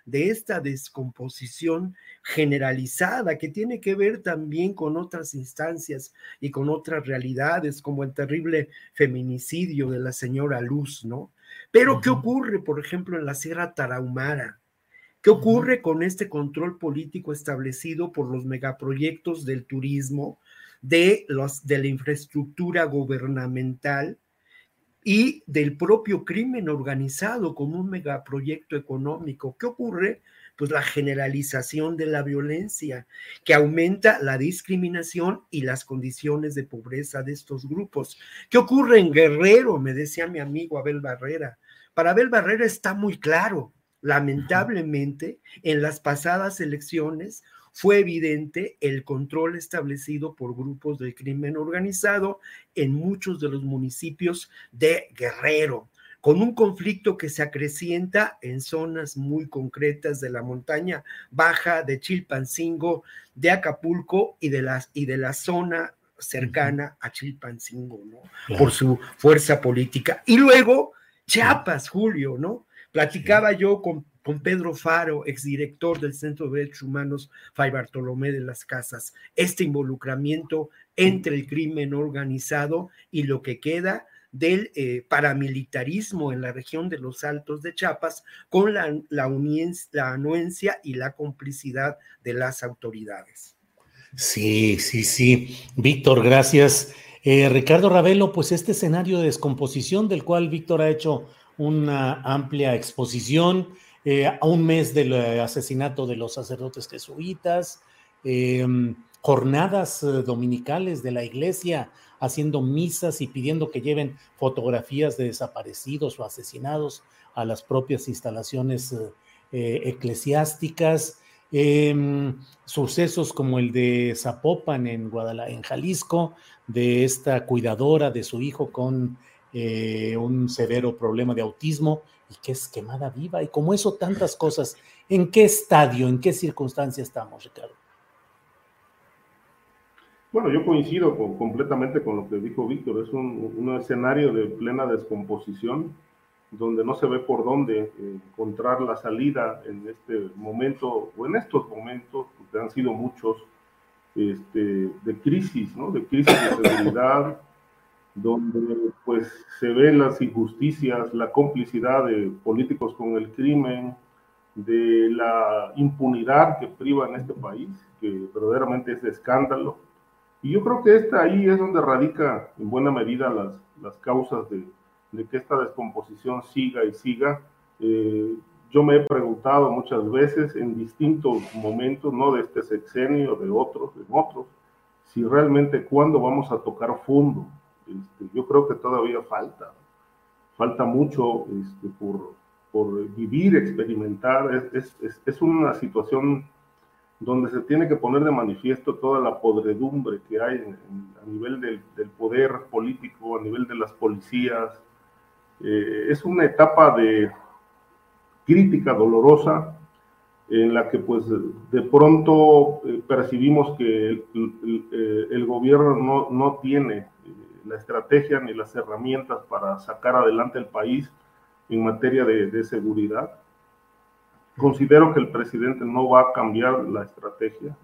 de esta descomposición generalizada que tiene que ver también con otras instancias y con otras realidades, como el terrible feminicidio de la señora Luz, ¿no? Pero ¿qué ocurre, por ejemplo, en la Sierra Tarahumara? ¿Qué ocurre con este control político establecido por los megaproyectos del turismo, de la infraestructura gubernamental y del propio crimen organizado como un megaproyecto económico? ¿Qué ocurre? Pues la generalización de la violencia, que aumenta la discriminación y las condiciones de pobreza de estos grupos. ¿Qué ocurre en Guerrero? Me decía mi amigo Abel Barrera. Para Abel Barrera está muy claro. Lamentablemente, en las pasadas elecciones fue evidente el control establecido por grupos del crimen organizado en muchos de los municipios de Guerrero, con un conflicto que se acrecienta en zonas muy concretas de la montaña baja de Chilpancingo, de Acapulco y de la zona cercana a Chilpancingo, ¿no? Claro. Por su fuerza política. Y luego Chiapas, Julio, ¿no? Platicaba yo con Pedro Faro, exdirector del Centro de Derechos Humanos Fray Bartolomé de las Casas, este involucramiento entre el crimen organizado y lo que queda del paramilitarismo en la región de los Altos de Chiapas, con la anuencia y la complicidad de las autoridades. Sí. Víctor, gracias. Ricardo Ravelo, pues este escenario de descomposición del cual Víctor ha hecho una amplia exposición, a un mes del asesinato de los sacerdotes jesuitas, jornadas dominicales de la iglesia haciendo misas y pidiendo que lleven fotografías de desaparecidos o asesinados a las propias instalaciones eclesiásticas, sucesos como el de Zapopan en Jalisco, de esta cuidadora de su hijo con un severo problema de autismo y que es quemada viva, y como eso tantas cosas. ¿En qué estadio, en qué circunstancia estamos, Ricardo? Bueno, yo coincido completamente con lo que dijo Víctor. Es un escenario de plena descomposición, donde no se ve por dónde encontrar la salida en este momento, o en estos momentos, porque han sido muchos, de crisis, ¿no? De crisis de seguridad, donde pues se ven las injusticias, la complicidad de políticos con el crimen, de la impunidad que priva en este país, que verdaderamente es de escándalo. Y yo creo que ahí es donde radica en buena medida las causas de que esta descomposición siga y siga. Yo me he preguntado muchas veces en distintos momentos, no de este sexenio, de otros, si realmente cuándo vamos a tocar fondo. Yo creo que todavía falta mucho por vivir, experimentar. Es una situación donde se tiene que poner de manifiesto toda la podredumbre que hay a nivel del poder político, a nivel de las policías. Es una etapa de crítica dolorosa en la que pues de pronto percibimos que el gobierno no tiene la estrategia ni las herramientas para sacar adelante el país en materia de seguridad. Considero que el presidente no va a cambiar la estrategia.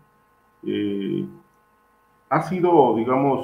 Ha sido, digamos,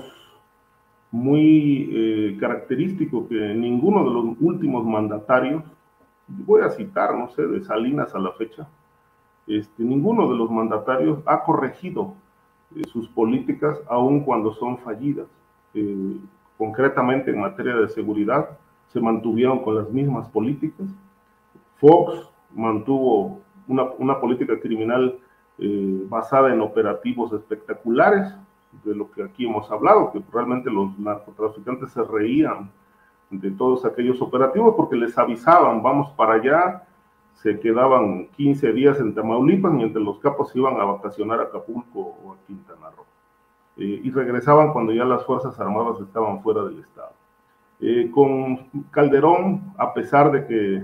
muy característico que ninguno de los últimos mandatarios, voy a citar, no sé, de Salinas a la fecha, ninguno de los mandatarios ha corregido sus políticas aun cuando son fallidas. Concretamente en materia de seguridad se mantuvieron con las mismas políticas. Fox mantuvo una política criminal basada en operativos espectaculares, de lo que aquí hemos hablado, que realmente los narcotraficantes se reían de todos aquellos operativos porque les avisaban, vamos para allá, se quedaban 15 días en Tamaulipas mientras los capos iban a vacacionar a Acapulco o a Quintana Roo. Y regresaban cuando ya las Fuerzas Armadas estaban fuera del estado. Con Calderón, a pesar de que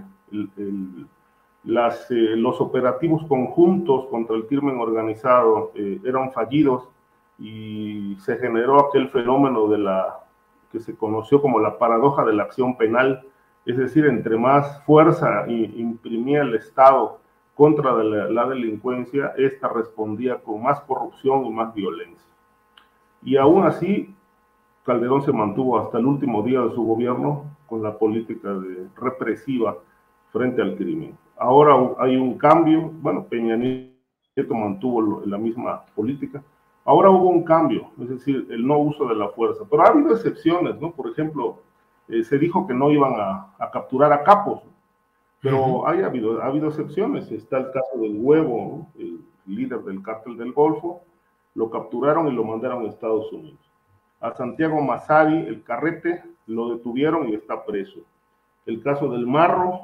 los operativos conjuntos contra el crimen organizado eran fallidos y se generó aquel fenómeno que se conoció como la paradoja de la acción penal, es decir, entre más fuerza imprimía el Estado contra la delincuencia, esta respondía con más corrupción y más violencia. Y aún así, Calderón se mantuvo hasta el último día de su gobierno con la política represiva frente al crimen. Ahora hay un cambio, bueno, Peña Nieto mantuvo la misma política. Ahora hubo un cambio, es decir, el no uso de la fuerza. Pero ha habido excepciones, ¿no? Por ejemplo, se dijo que no iban a capturar a capos, pero ha habido excepciones. Está el caso del Huevo, ¿no? El líder del cártel del Golfo, lo capturaron y lo mandaron a Estados Unidos. A Santiago Massari, el Carrete, lo detuvieron y está preso. El caso del Marro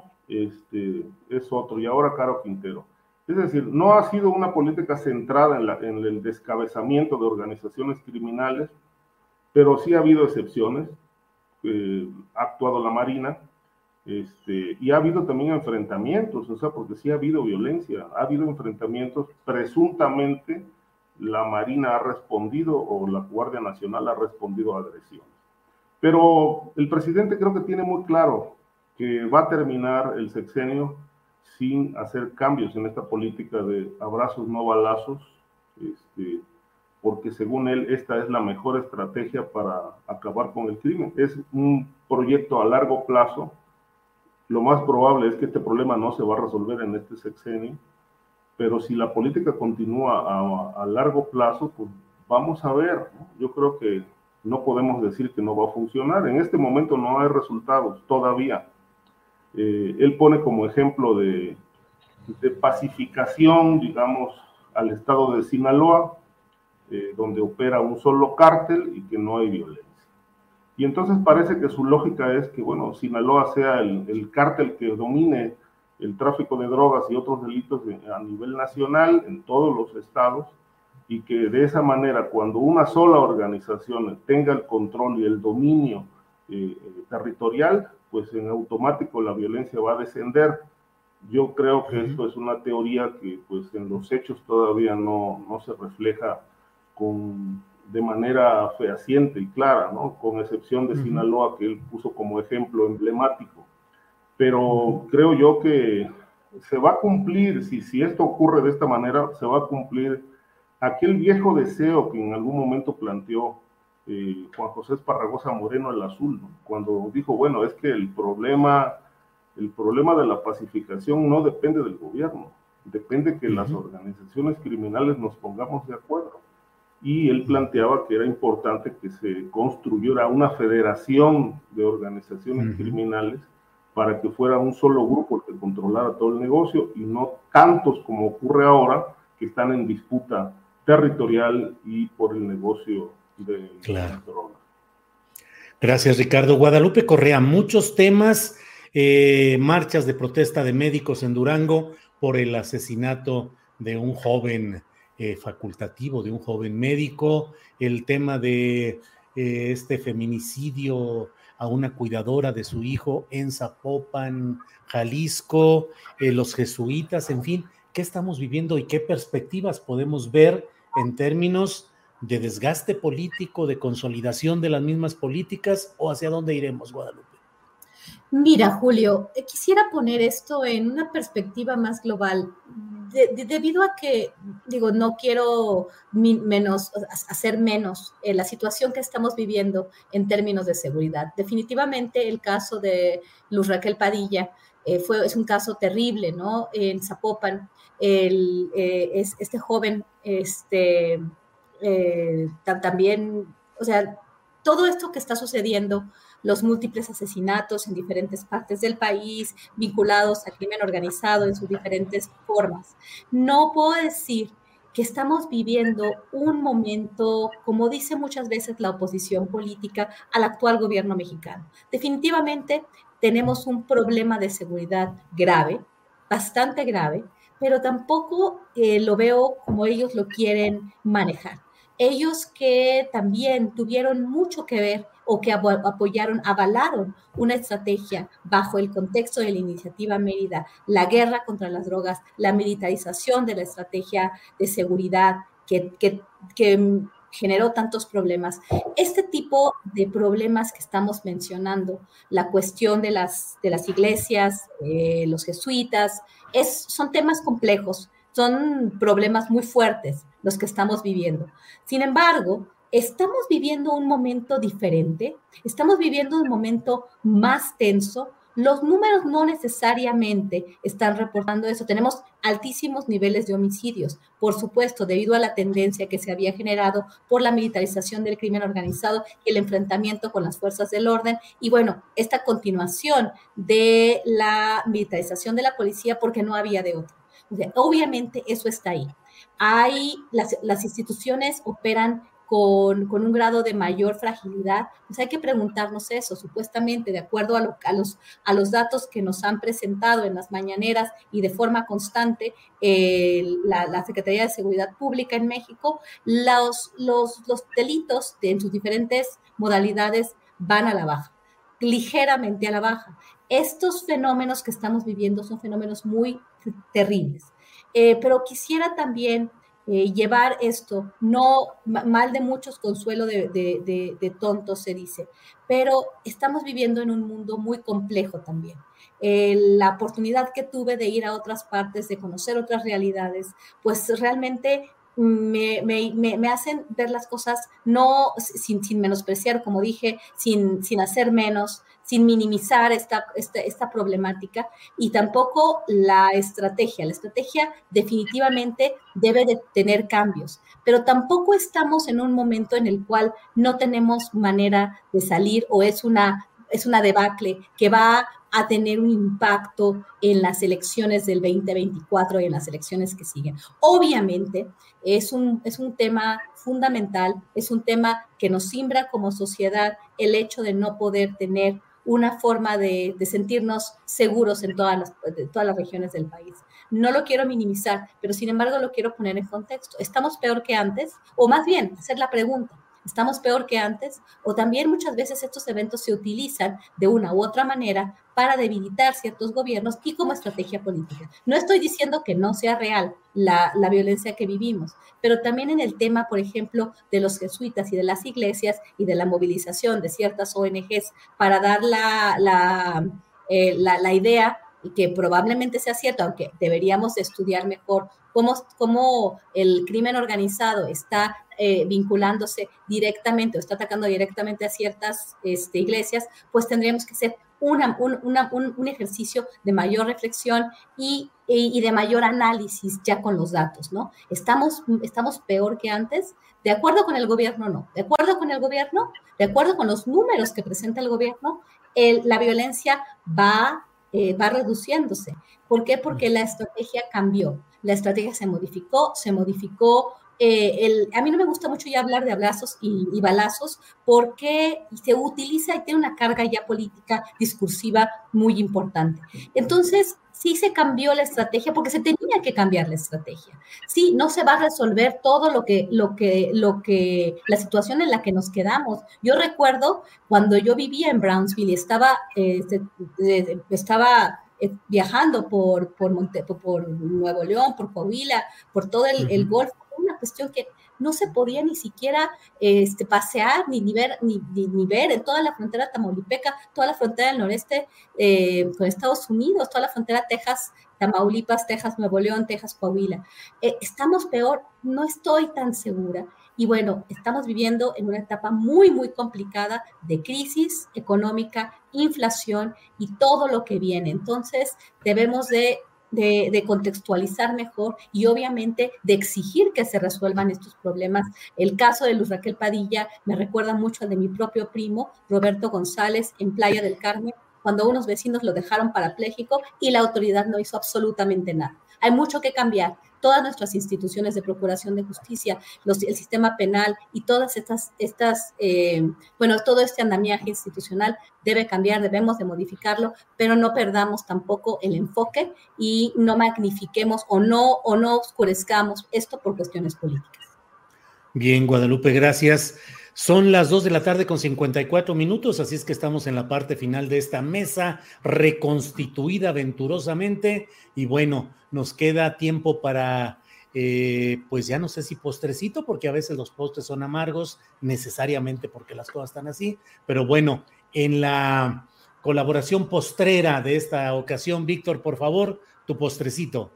es otro, y ahora Caro Quintero. Es decir, no ha sido una política centrada en el descabezamiento de organizaciones criminales, pero sí ha habido excepciones. Ha actuado la Marina, y ha habido también enfrentamientos, o sea, porque sí ha habido violencia, ha habido enfrentamientos, presuntamente la Marina ha respondido o la Guardia Nacional ha respondido a agresiones. Pero el presidente creo que tiene muy claro que va a terminar el sexenio sin hacer cambios en esta política de abrazos no balazos, porque según él esta es la mejor estrategia para acabar con el crimen. Es un proyecto a largo plazo. Lo más probable es que este problema no se va a resolver en este sexenio, pero si la política continúa a largo plazo, pues vamos a ver, ¿no? Yo creo que no podemos decir que no va a funcionar. En este momento no hay resultados todavía. Él pone como ejemplo de pacificación, digamos, al estado de Sinaloa, donde opera un solo cártel y que no hay violencia. Y entonces parece que su lógica es que, bueno, Sinaloa sea el cártel que domine el tráfico de drogas y otros delitos a nivel nacional en todos los estados, y que de esa manera, cuando una sola organización tenga el control y el dominio territorial, pues en automático la violencia va a descender. Yo creo que esto es una teoría que pues en los hechos todavía no se refleja de manera fehaciente y clara, ¿no? Con excepción de Sinaloa, que él puso como ejemplo emblemático. Pero creo yo que se va a cumplir, si esto ocurre de esta manera, se va a cumplir aquel viejo deseo que en algún momento planteó Juan José Esparragosa Moreno el Azul, ¿no? Cuando dijo, bueno, es que el problema de la pacificación no depende del gobierno, depende que las organizaciones criminales nos pongamos de acuerdo. Y él planteaba que era importante que se construyera una federación de organizaciones criminales para que fuera un solo grupo el que controlara todo el negocio y no tantos como ocurre ahora, que están en disputa territorial y por el negocio de las drogas. Gracias, Ricardo. Guadalupe Correa, muchos temas, marchas de protesta de médicos en Durango por el asesinato de un joven facultativo, de un joven médico, el tema de este feminicidio a una cuidadora de su hijo en Zapopan, Jalisco, los jesuitas, en fin, ¿qué estamos viviendo y qué perspectivas podemos ver en términos de desgaste político, de consolidación de las mismas políticas, o hacia dónde iremos, Guadalupe? Mira, Julio, quisiera poner esto en una perspectiva más global, debido a que, digo, no quiero hacer menos la situación que estamos viviendo en términos de seguridad. Definitivamente el caso de Luz Raquel Padilla es un caso terrible, ¿no? En Zapopan, este joven, también, o sea, todo esto que está sucediendo, los múltiples asesinatos en diferentes partes del país, vinculados al crimen organizado en sus diferentes formas. No puedo decir que estamos viviendo un momento, como dice muchas veces la oposición política, al actual gobierno mexicano. Definitivamente tenemos un problema de seguridad grave, bastante grave, pero tampoco lo veo como ellos lo quieren manejar. Ellos que también tuvieron mucho que ver o que apoyaron, avalaron una estrategia bajo el contexto de la Iniciativa Mérida, la guerra contra las drogas, la militarización de la estrategia de seguridad que generó tantos problemas. Este tipo de problemas que estamos mencionando, la cuestión de las iglesias, los jesuitas, son temas complejos, son problemas muy fuertes los que estamos viviendo. Sin embargo, estamos viviendo un momento diferente, estamos viviendo un momento más tenso. Los números no necesariamente están reportando eso. Tenemos altísimos niveles de homicidios, por supuesto, debido a la tendencia que se había generado por la militarización del crimen organizado y el enfrentamiento con las fuerzas del orden. Y bueno, esta continuación de la militarización de la policía porque no había de otra. O sea, obviamente eso está ahí. Las instituciones operan con un grado de mayor fragilidad, pues hay que preguntarnos eso. Supuestamente, de acuerdo a los datos que nos han presentado en las mañaneras y de forma constante la Secretaría de Seguridad Pública en México, los delitos en sus diferentes modalidades van a la baja, ligeramente a la baja. Estos fenómenos que estamos viviendo son fenómenos muy terribles, pero quisiera también llevar esto, no mal de muchos, consuelo de tontos se dice, pero estamos viviendo en un mundo muy complejo también. La oportunidad que tuve de ir a otras partes, de conocer otras realidades, pues realmente me hacen ver las cosas no sin menospreciar, como dije, sin hacer menos, sin minimizar esta problemática, y tampoco la estrategia. La estrategia definitivamente debe de tener cambios, pero tampoco estamos en un momento en el cual no tenemos manera de salir, o es una debacle que va a tener un impacto en las elecciones del 2024 y en las elecciones que siguen. Obviamente es un tema fundamental, es un tema que nos simbra como sociedad el hecho de no poder tener una forma de sentirnos seguros en todas las regiones del país. No lo quiero minimizar, pero sin embargo lo quiero poner en contexto. ¿Estamos peor que antes? O más bien, hacer la pregunta, ¿estamos peor que antes? O también muchas veces estos eventos se utilizan de una u otra manera para debilitar ciertos gobiernos y como estrategia política. No estoy diciendo que no sea real la violencia que vivimos, pero también en el tema, por ejemplo, de los jesuitas y de las iglesias y de la movilización de ciertas ONGs para dar la idea, y que probablemente sea cierto, aunque deberíamos estudiar mejor cómo el crimen organizado está vinculándose directamente o está atacando directamente a ciertas iglesias, pues tendríamos que hacer un ejercicio de mayor reflexión y de mayor análisis ya con los datos, ¿no? ¿Estamos peor que antes? ¿De acuerdo con el gobierno? No. ¿De acuerdo con el gobierno? ¿De acuerdo con los números que presenta el gobierno? La violencia va reduciéndose. ¿Por qué? Porque la estrategia cambió, la estrategia se modificó. A mí no me gusta mucho ya hablar de abrazos y balazos porque se utiliza y tiene una carga ya política discursiva muy importante. Entonces, sí se cambió la estrategia porque se tenía que cambiar la estrategia. Sí, no se va a resolver todo la situación en la que nos quedamos. Yo recuerdo cuando yo vivía en Brownsville y estaba viajando por Nuevo León, por Coahuila, por todo el Golfo, una cuestión que no se podía ni siquiera pasear ni ver en toda la frontera tamaulipeca, toda la frontera del noreste con Estados Unidos, toda la frontera Texas, Tamaulipas, Texas, Nuevo León, Texas, Coahuila. ¿Estamos peor? No estoy tan segura. Y bueno, estamos viviendo en una etapa muy, muy complicada de crisis económica, inflación y todo lo que viene. Entonces, debemos de contextualizar mejor y obviamente de exigir que se resuelvan estos problemas. El caso de Luz Raquel Padilla me recuerda mucho al de mi propio primo, Roberto González, en Playa del Carmen, cuando unos vecinos lo dejaron parapléjico y la autoridad no hizo absolutamente nada. Hay mucho que cambiar. Todas nuestras instituciones de procuración de justicia, el sistema penal y todas todo este andamiaje institucional debe cambiar, debemos de modificarlo, pero no perdamos tampoco el enfoque y no magnifiquemos o no oscurezcamos esto por cuestiones políticas. Bien, Guadalupe, gracias. Son las 2:54 p.m, así es que estamos en la parte final de esta mesa reconstituida venturosamente y bueno, nos queda tiempo para pues ya no sé si postrecito, porque a veces los postres son amargos, necesariamente porque las cosas están así, pero bueno, en la colaboración postrera de esta ocasión, Víctor, por favor, tu postrecito,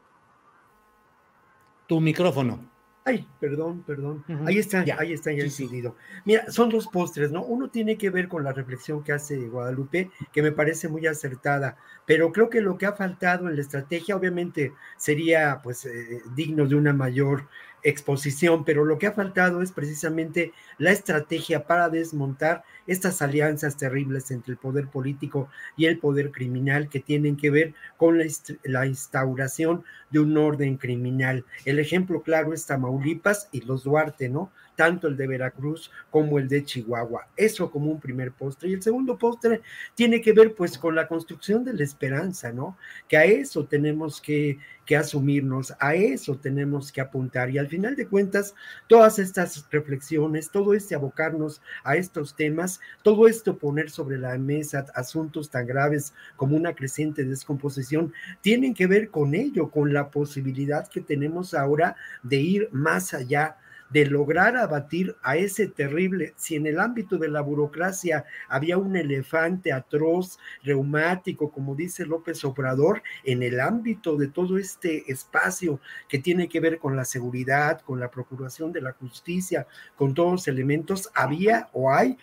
tu micrófono. Ay, perdón. Uh-huh. Ahí está Ya. ya encendido. Mira, son dos postres, ¿no? Uno tiene que ver con la reflexión que hace Guadalupe, que me parece muy acertada, pero creo que lo que ha faltado en la estrategia, obviamente, sería pues digno de una mayor exposición, pero lo que ha faltado es precisamente la estrategia para desmontar estas alianzas terribles entre el poder político y el poder criminal que tienen que ver con la instauración de un orden criminal. El ejemplo claro es Tamaulipas y los Duarte, ¿no? Tanto el de Veracruz como el de Chihuahua. Eso como un primer postre. Y el segundo postre tiene que ver pues con la construcción de la esperanza, ¿no? Que a eso tenemos que asumirnos, a eso tenemos que apuntar. Y al final de cuentas, todas estas reflexiones, todo este abocarnos a estos temas, todo esto poner sobre la mesa asuntos tan graves como una creciente descomposición, tienen que ver con ello, con la posibilidad que tenemos ahora de ir más allá, de lograr abatir a ese terrible, si en el ámbito de la burocracia había un elefante atroz, reumático, como dice López Obrador, en el ámbito de todo este espacio que tiene que ver con la seguridad, con la procuración de la justicia, con todos los elementos, había o hay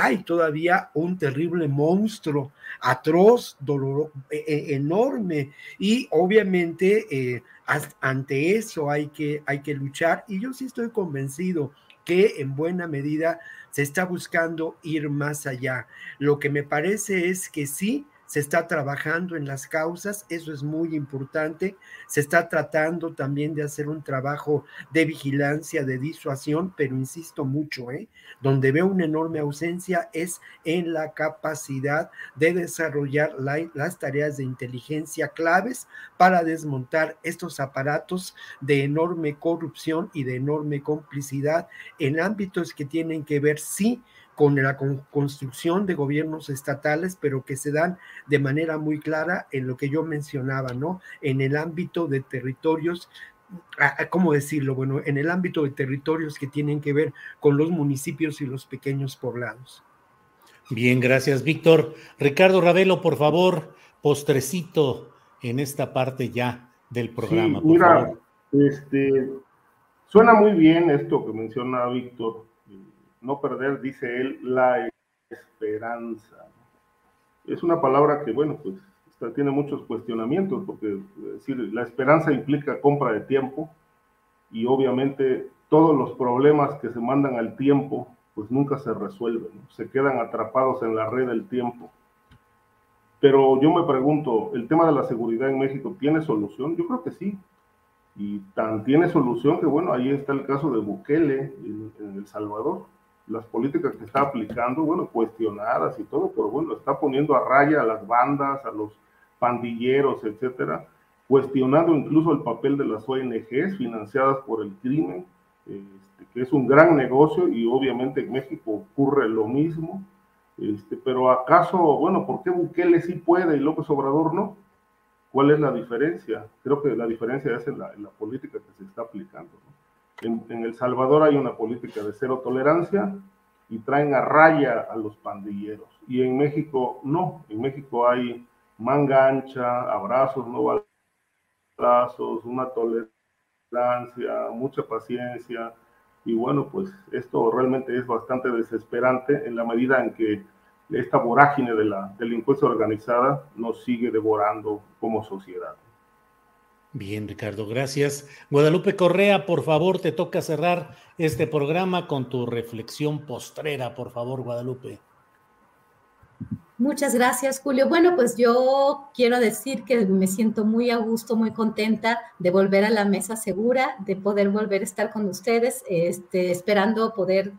todavía un terrible monstruo, atroz, doloroso, enorme, y obviamente ante eso hay que luchar, y yo sí estoy convencido que en buena medida se está buscando ir más allá. Lo que me parece es que sí, se está trabajando en las causas, eso es muy importante, se está tratando también de hacer un trabajo de vigilancia, de disuasión, pero insisto mucho, donde veo una enorme ausencia es en la capacidad de desarrollar las tareas de inteligencia claves para desmontar estos aparatos de enorme corrupción y de enorme complicidad en ámbitos que tienen que ver, sí, con la construcción de gobiernos estatales, pero que se dan de manera muy clara en lo que yo mencionaba, ¿no? En el ámbito de territorios, ¿cómo decirlo? Bueno, en el ámbito de territorios que tienen que ver con los municipios y los pequeños poblados. Bien, gracias, Víctor. Ricardo Ravelo, por favor, postrecito en esta parte ya del programa. Sí, mira, suena muy bien esto que menciona Víctor. No perder, dice él, la esperanza. Es una palabra que, bueno, pues tiene muchos cuestionamientos, porque decir, la esperanza implica compra de tiempo, y obviamente todos los problemas que se mandan al tiempo, pues nunca se resuelven, ¿no? Se quedan atrapados en la red del tiempo. Pero yo me pregunto, ¿el tema de la seguridad en México tiene solución? Yo creo que sí. Y tan tiene solución que, bueno, ahí está el caso de Bukele en El Salvador. Las políticas que está aplicando, bueno, cuestionadas y todo, pero bueno, está poniendo a raya a las bandas, a los pandilleros, etcétera, cuestionando incluso el papel de las ONGs financiadas por el crimen, que es un gran negocio, y obviamente en México ocurre lo mismo, pero ¿acaso, bueno, por qué Bukele sí puede y López Obrador no? ¿Cuál es la diferencia? Creo que la diferencia es en la política que se está aplicando, ¿no? En El Salvador hay una política de cero tolerancia y traen a raya a los pandilleros. Y en México no. En México hay manga ancha, abrazos, no balazos, una tolerancia, mucha paciencia. Y bueno, pues esto realmente es bastante desesperante en la medida en que esta vorágine de la delincuencia organizada nos sigue devorando como sociedad. Bien, Ricardo, gracias. Guadalupe Correa, por favor, te toca cerrar este programa con tu reflexión postrera, por favor, Guadalupe. Muchas gracias, Julio. Bueno, pues yo quiero decir que me siento muy a gusto, muy contenta de volver a la mesa segura, de poder volver a estar con ustedes, esperando poder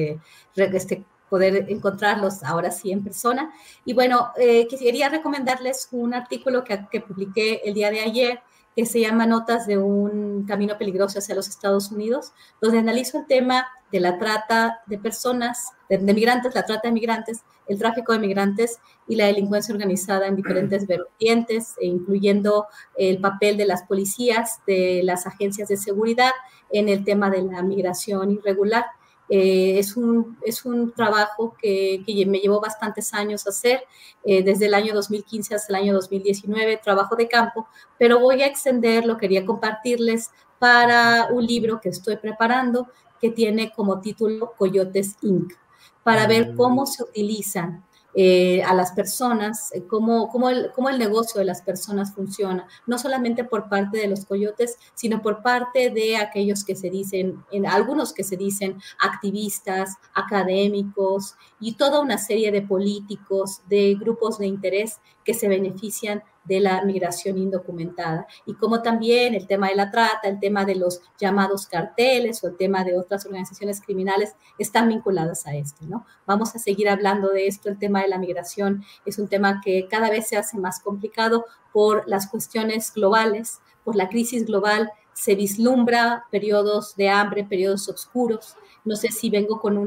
poder encontrarlos ahora sí en persona. Y bueno, quería recomendarles un artículo que publiqué el día de ayer, que se llama Notas de un camino peligroso hacia los Estados Unidos, donde analizo el tema de la trata de personas, de migrantes, la trata de migrantes, el tráfico de migrantes y la delincuencia organizada en diferentes vertientes, incluyendo el papel de las policías, de las agencias de seguridad en el tema de la migración irregular. Es un trabajo que me llevó bastantes años hacer, desde el año 2015 hasta el año 2019, trabajo de campo, pero voy a extenderlo, quería compartirles para un libro que estoy preparando que tiene como título Coyotes Inc., para ver cómo se utilizan a las personas, cómo el negocio de las personas funciona, no solamente por parte de los coyotes, sino por parte de aquellos que se dicen, algunos que se dicen activistas, académicos y toda una serie de políticos, de grupos de interés que se benefician de la migración indocumentada, y como también el tema de la trata, el tema de los llamados carteles o el tema de otras organizaciones criminales están vinculadas a esto, ¿no? Vamos a seguir hablando de esto. El tema de la migración es un tema que cada vez se hace más complicado por las cuestiones globales, por la crisis global. Se vislumbra periodos de hambre, periodos oscuros. No sé si vengo con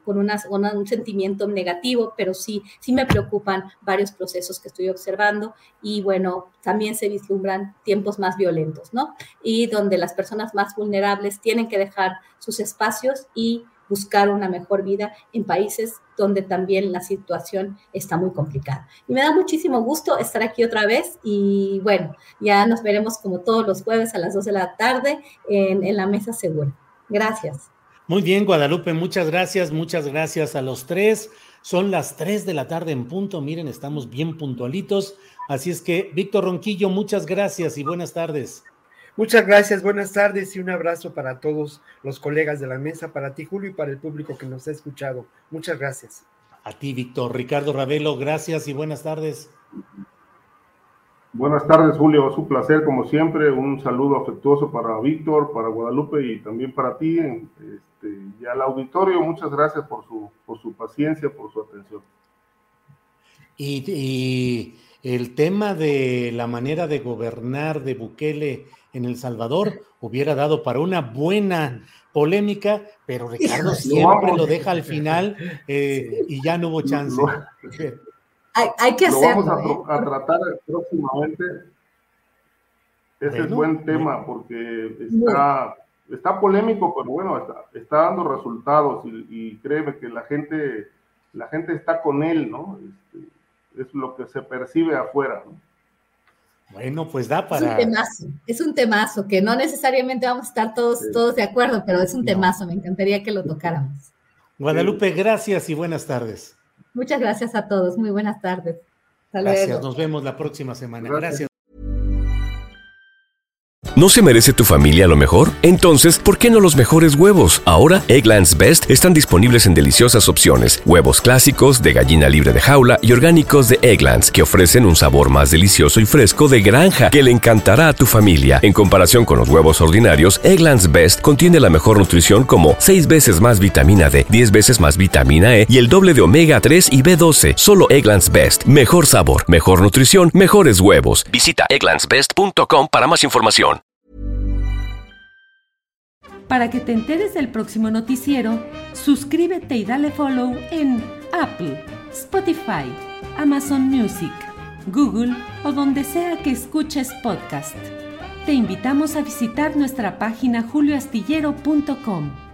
un sentimiento negativo, pero sí me preocupan varios procesos que estoy observando, y bueno, también se vislumbran tiempos más violentos, ¿no? Y donde las personas más vulnerables tienen que dejar sus espacios y buscar una mejor vida en países donde también la situación está muy complicada. Y me da muchísimo gusto estar aquí otra vez, y bueno, ya nos veremos como todos los jueves a las 2 de la tarde en la Mesa Segura. Gracias. Muy bien, Guadalupe, muchas gracias a los tres. Son las 3 de la tarde en punto, miren, estamos bien puntualitos, así es que, Víctor Ronquillo, muchas gracias y buenas tardes. Muchas gracias, buenas tardes y un abrazo para todos los colegas de la mesa, para ti, Julio, y para el público que nos ha escuchado. Muchas gracias. A ti, Víctor. Ricardo Ravelo, gracias y buenas tardes. Buenas tardes, Julio, es un placer como siempre. Un saludo afectuoso para Víctor, para Guadalupe y también para ti y al auditorio. Muchas gracias por su paciencia, por su atención. Y el tema de la manera de gobernar de Bukele en El Salvador hubiera dado para una buena polémica, pero Ricardo siempre lo deja al final y ya no hubo chance. Hay que hacerlo. Lo vamos a tratar próximamente. Ese es buen tema porque está polémico, pero bueno, está dando resultados y créeme que la gente está con él, ¿no? Es lo que se percibe afuera, ¿no? Bueno, pues da para... Es un temazo, que no necesariamente vamos a estar todos de acuerdo, pero es un temazo, me encantaría que lo tocáramos. Guadalupe, gracias y buenas tardes. Muchas gracias a todos, muy buenas tardes. Hasta gracias, luego. Nos vemos la próxima semana. Gracias. ¿No se merece tu familia lo mejor? Entonces, ¿por qué no los mejores huevos? Ahora, Eggland's Best están disponibles en deliciosas opciones. Huevos clásicos, de gallina libre de jaula y orgánicos de Eggland's, que ofrecen un sabor más delicioso y fresco de granja que le encantará a tu familia. En comparación con los huevos ordinarios, Eggland's Best contiene la mejor nutrición como 6 veces más vitamina D, 10 veces más vitamina E y el doble de omega 3 y B12. Solo Eggland's Best. Mejor sabor, mejor nutrición, mejores huevos. Visita egglandsbest.com para más información. Para que te enteres del próximo noticiero, suscríbete y dale follow en Apple, Spotify, Amazon Music, Google o donde sea que escuches podcast. Te invitamos a visitar nuestra página julioastillero.com.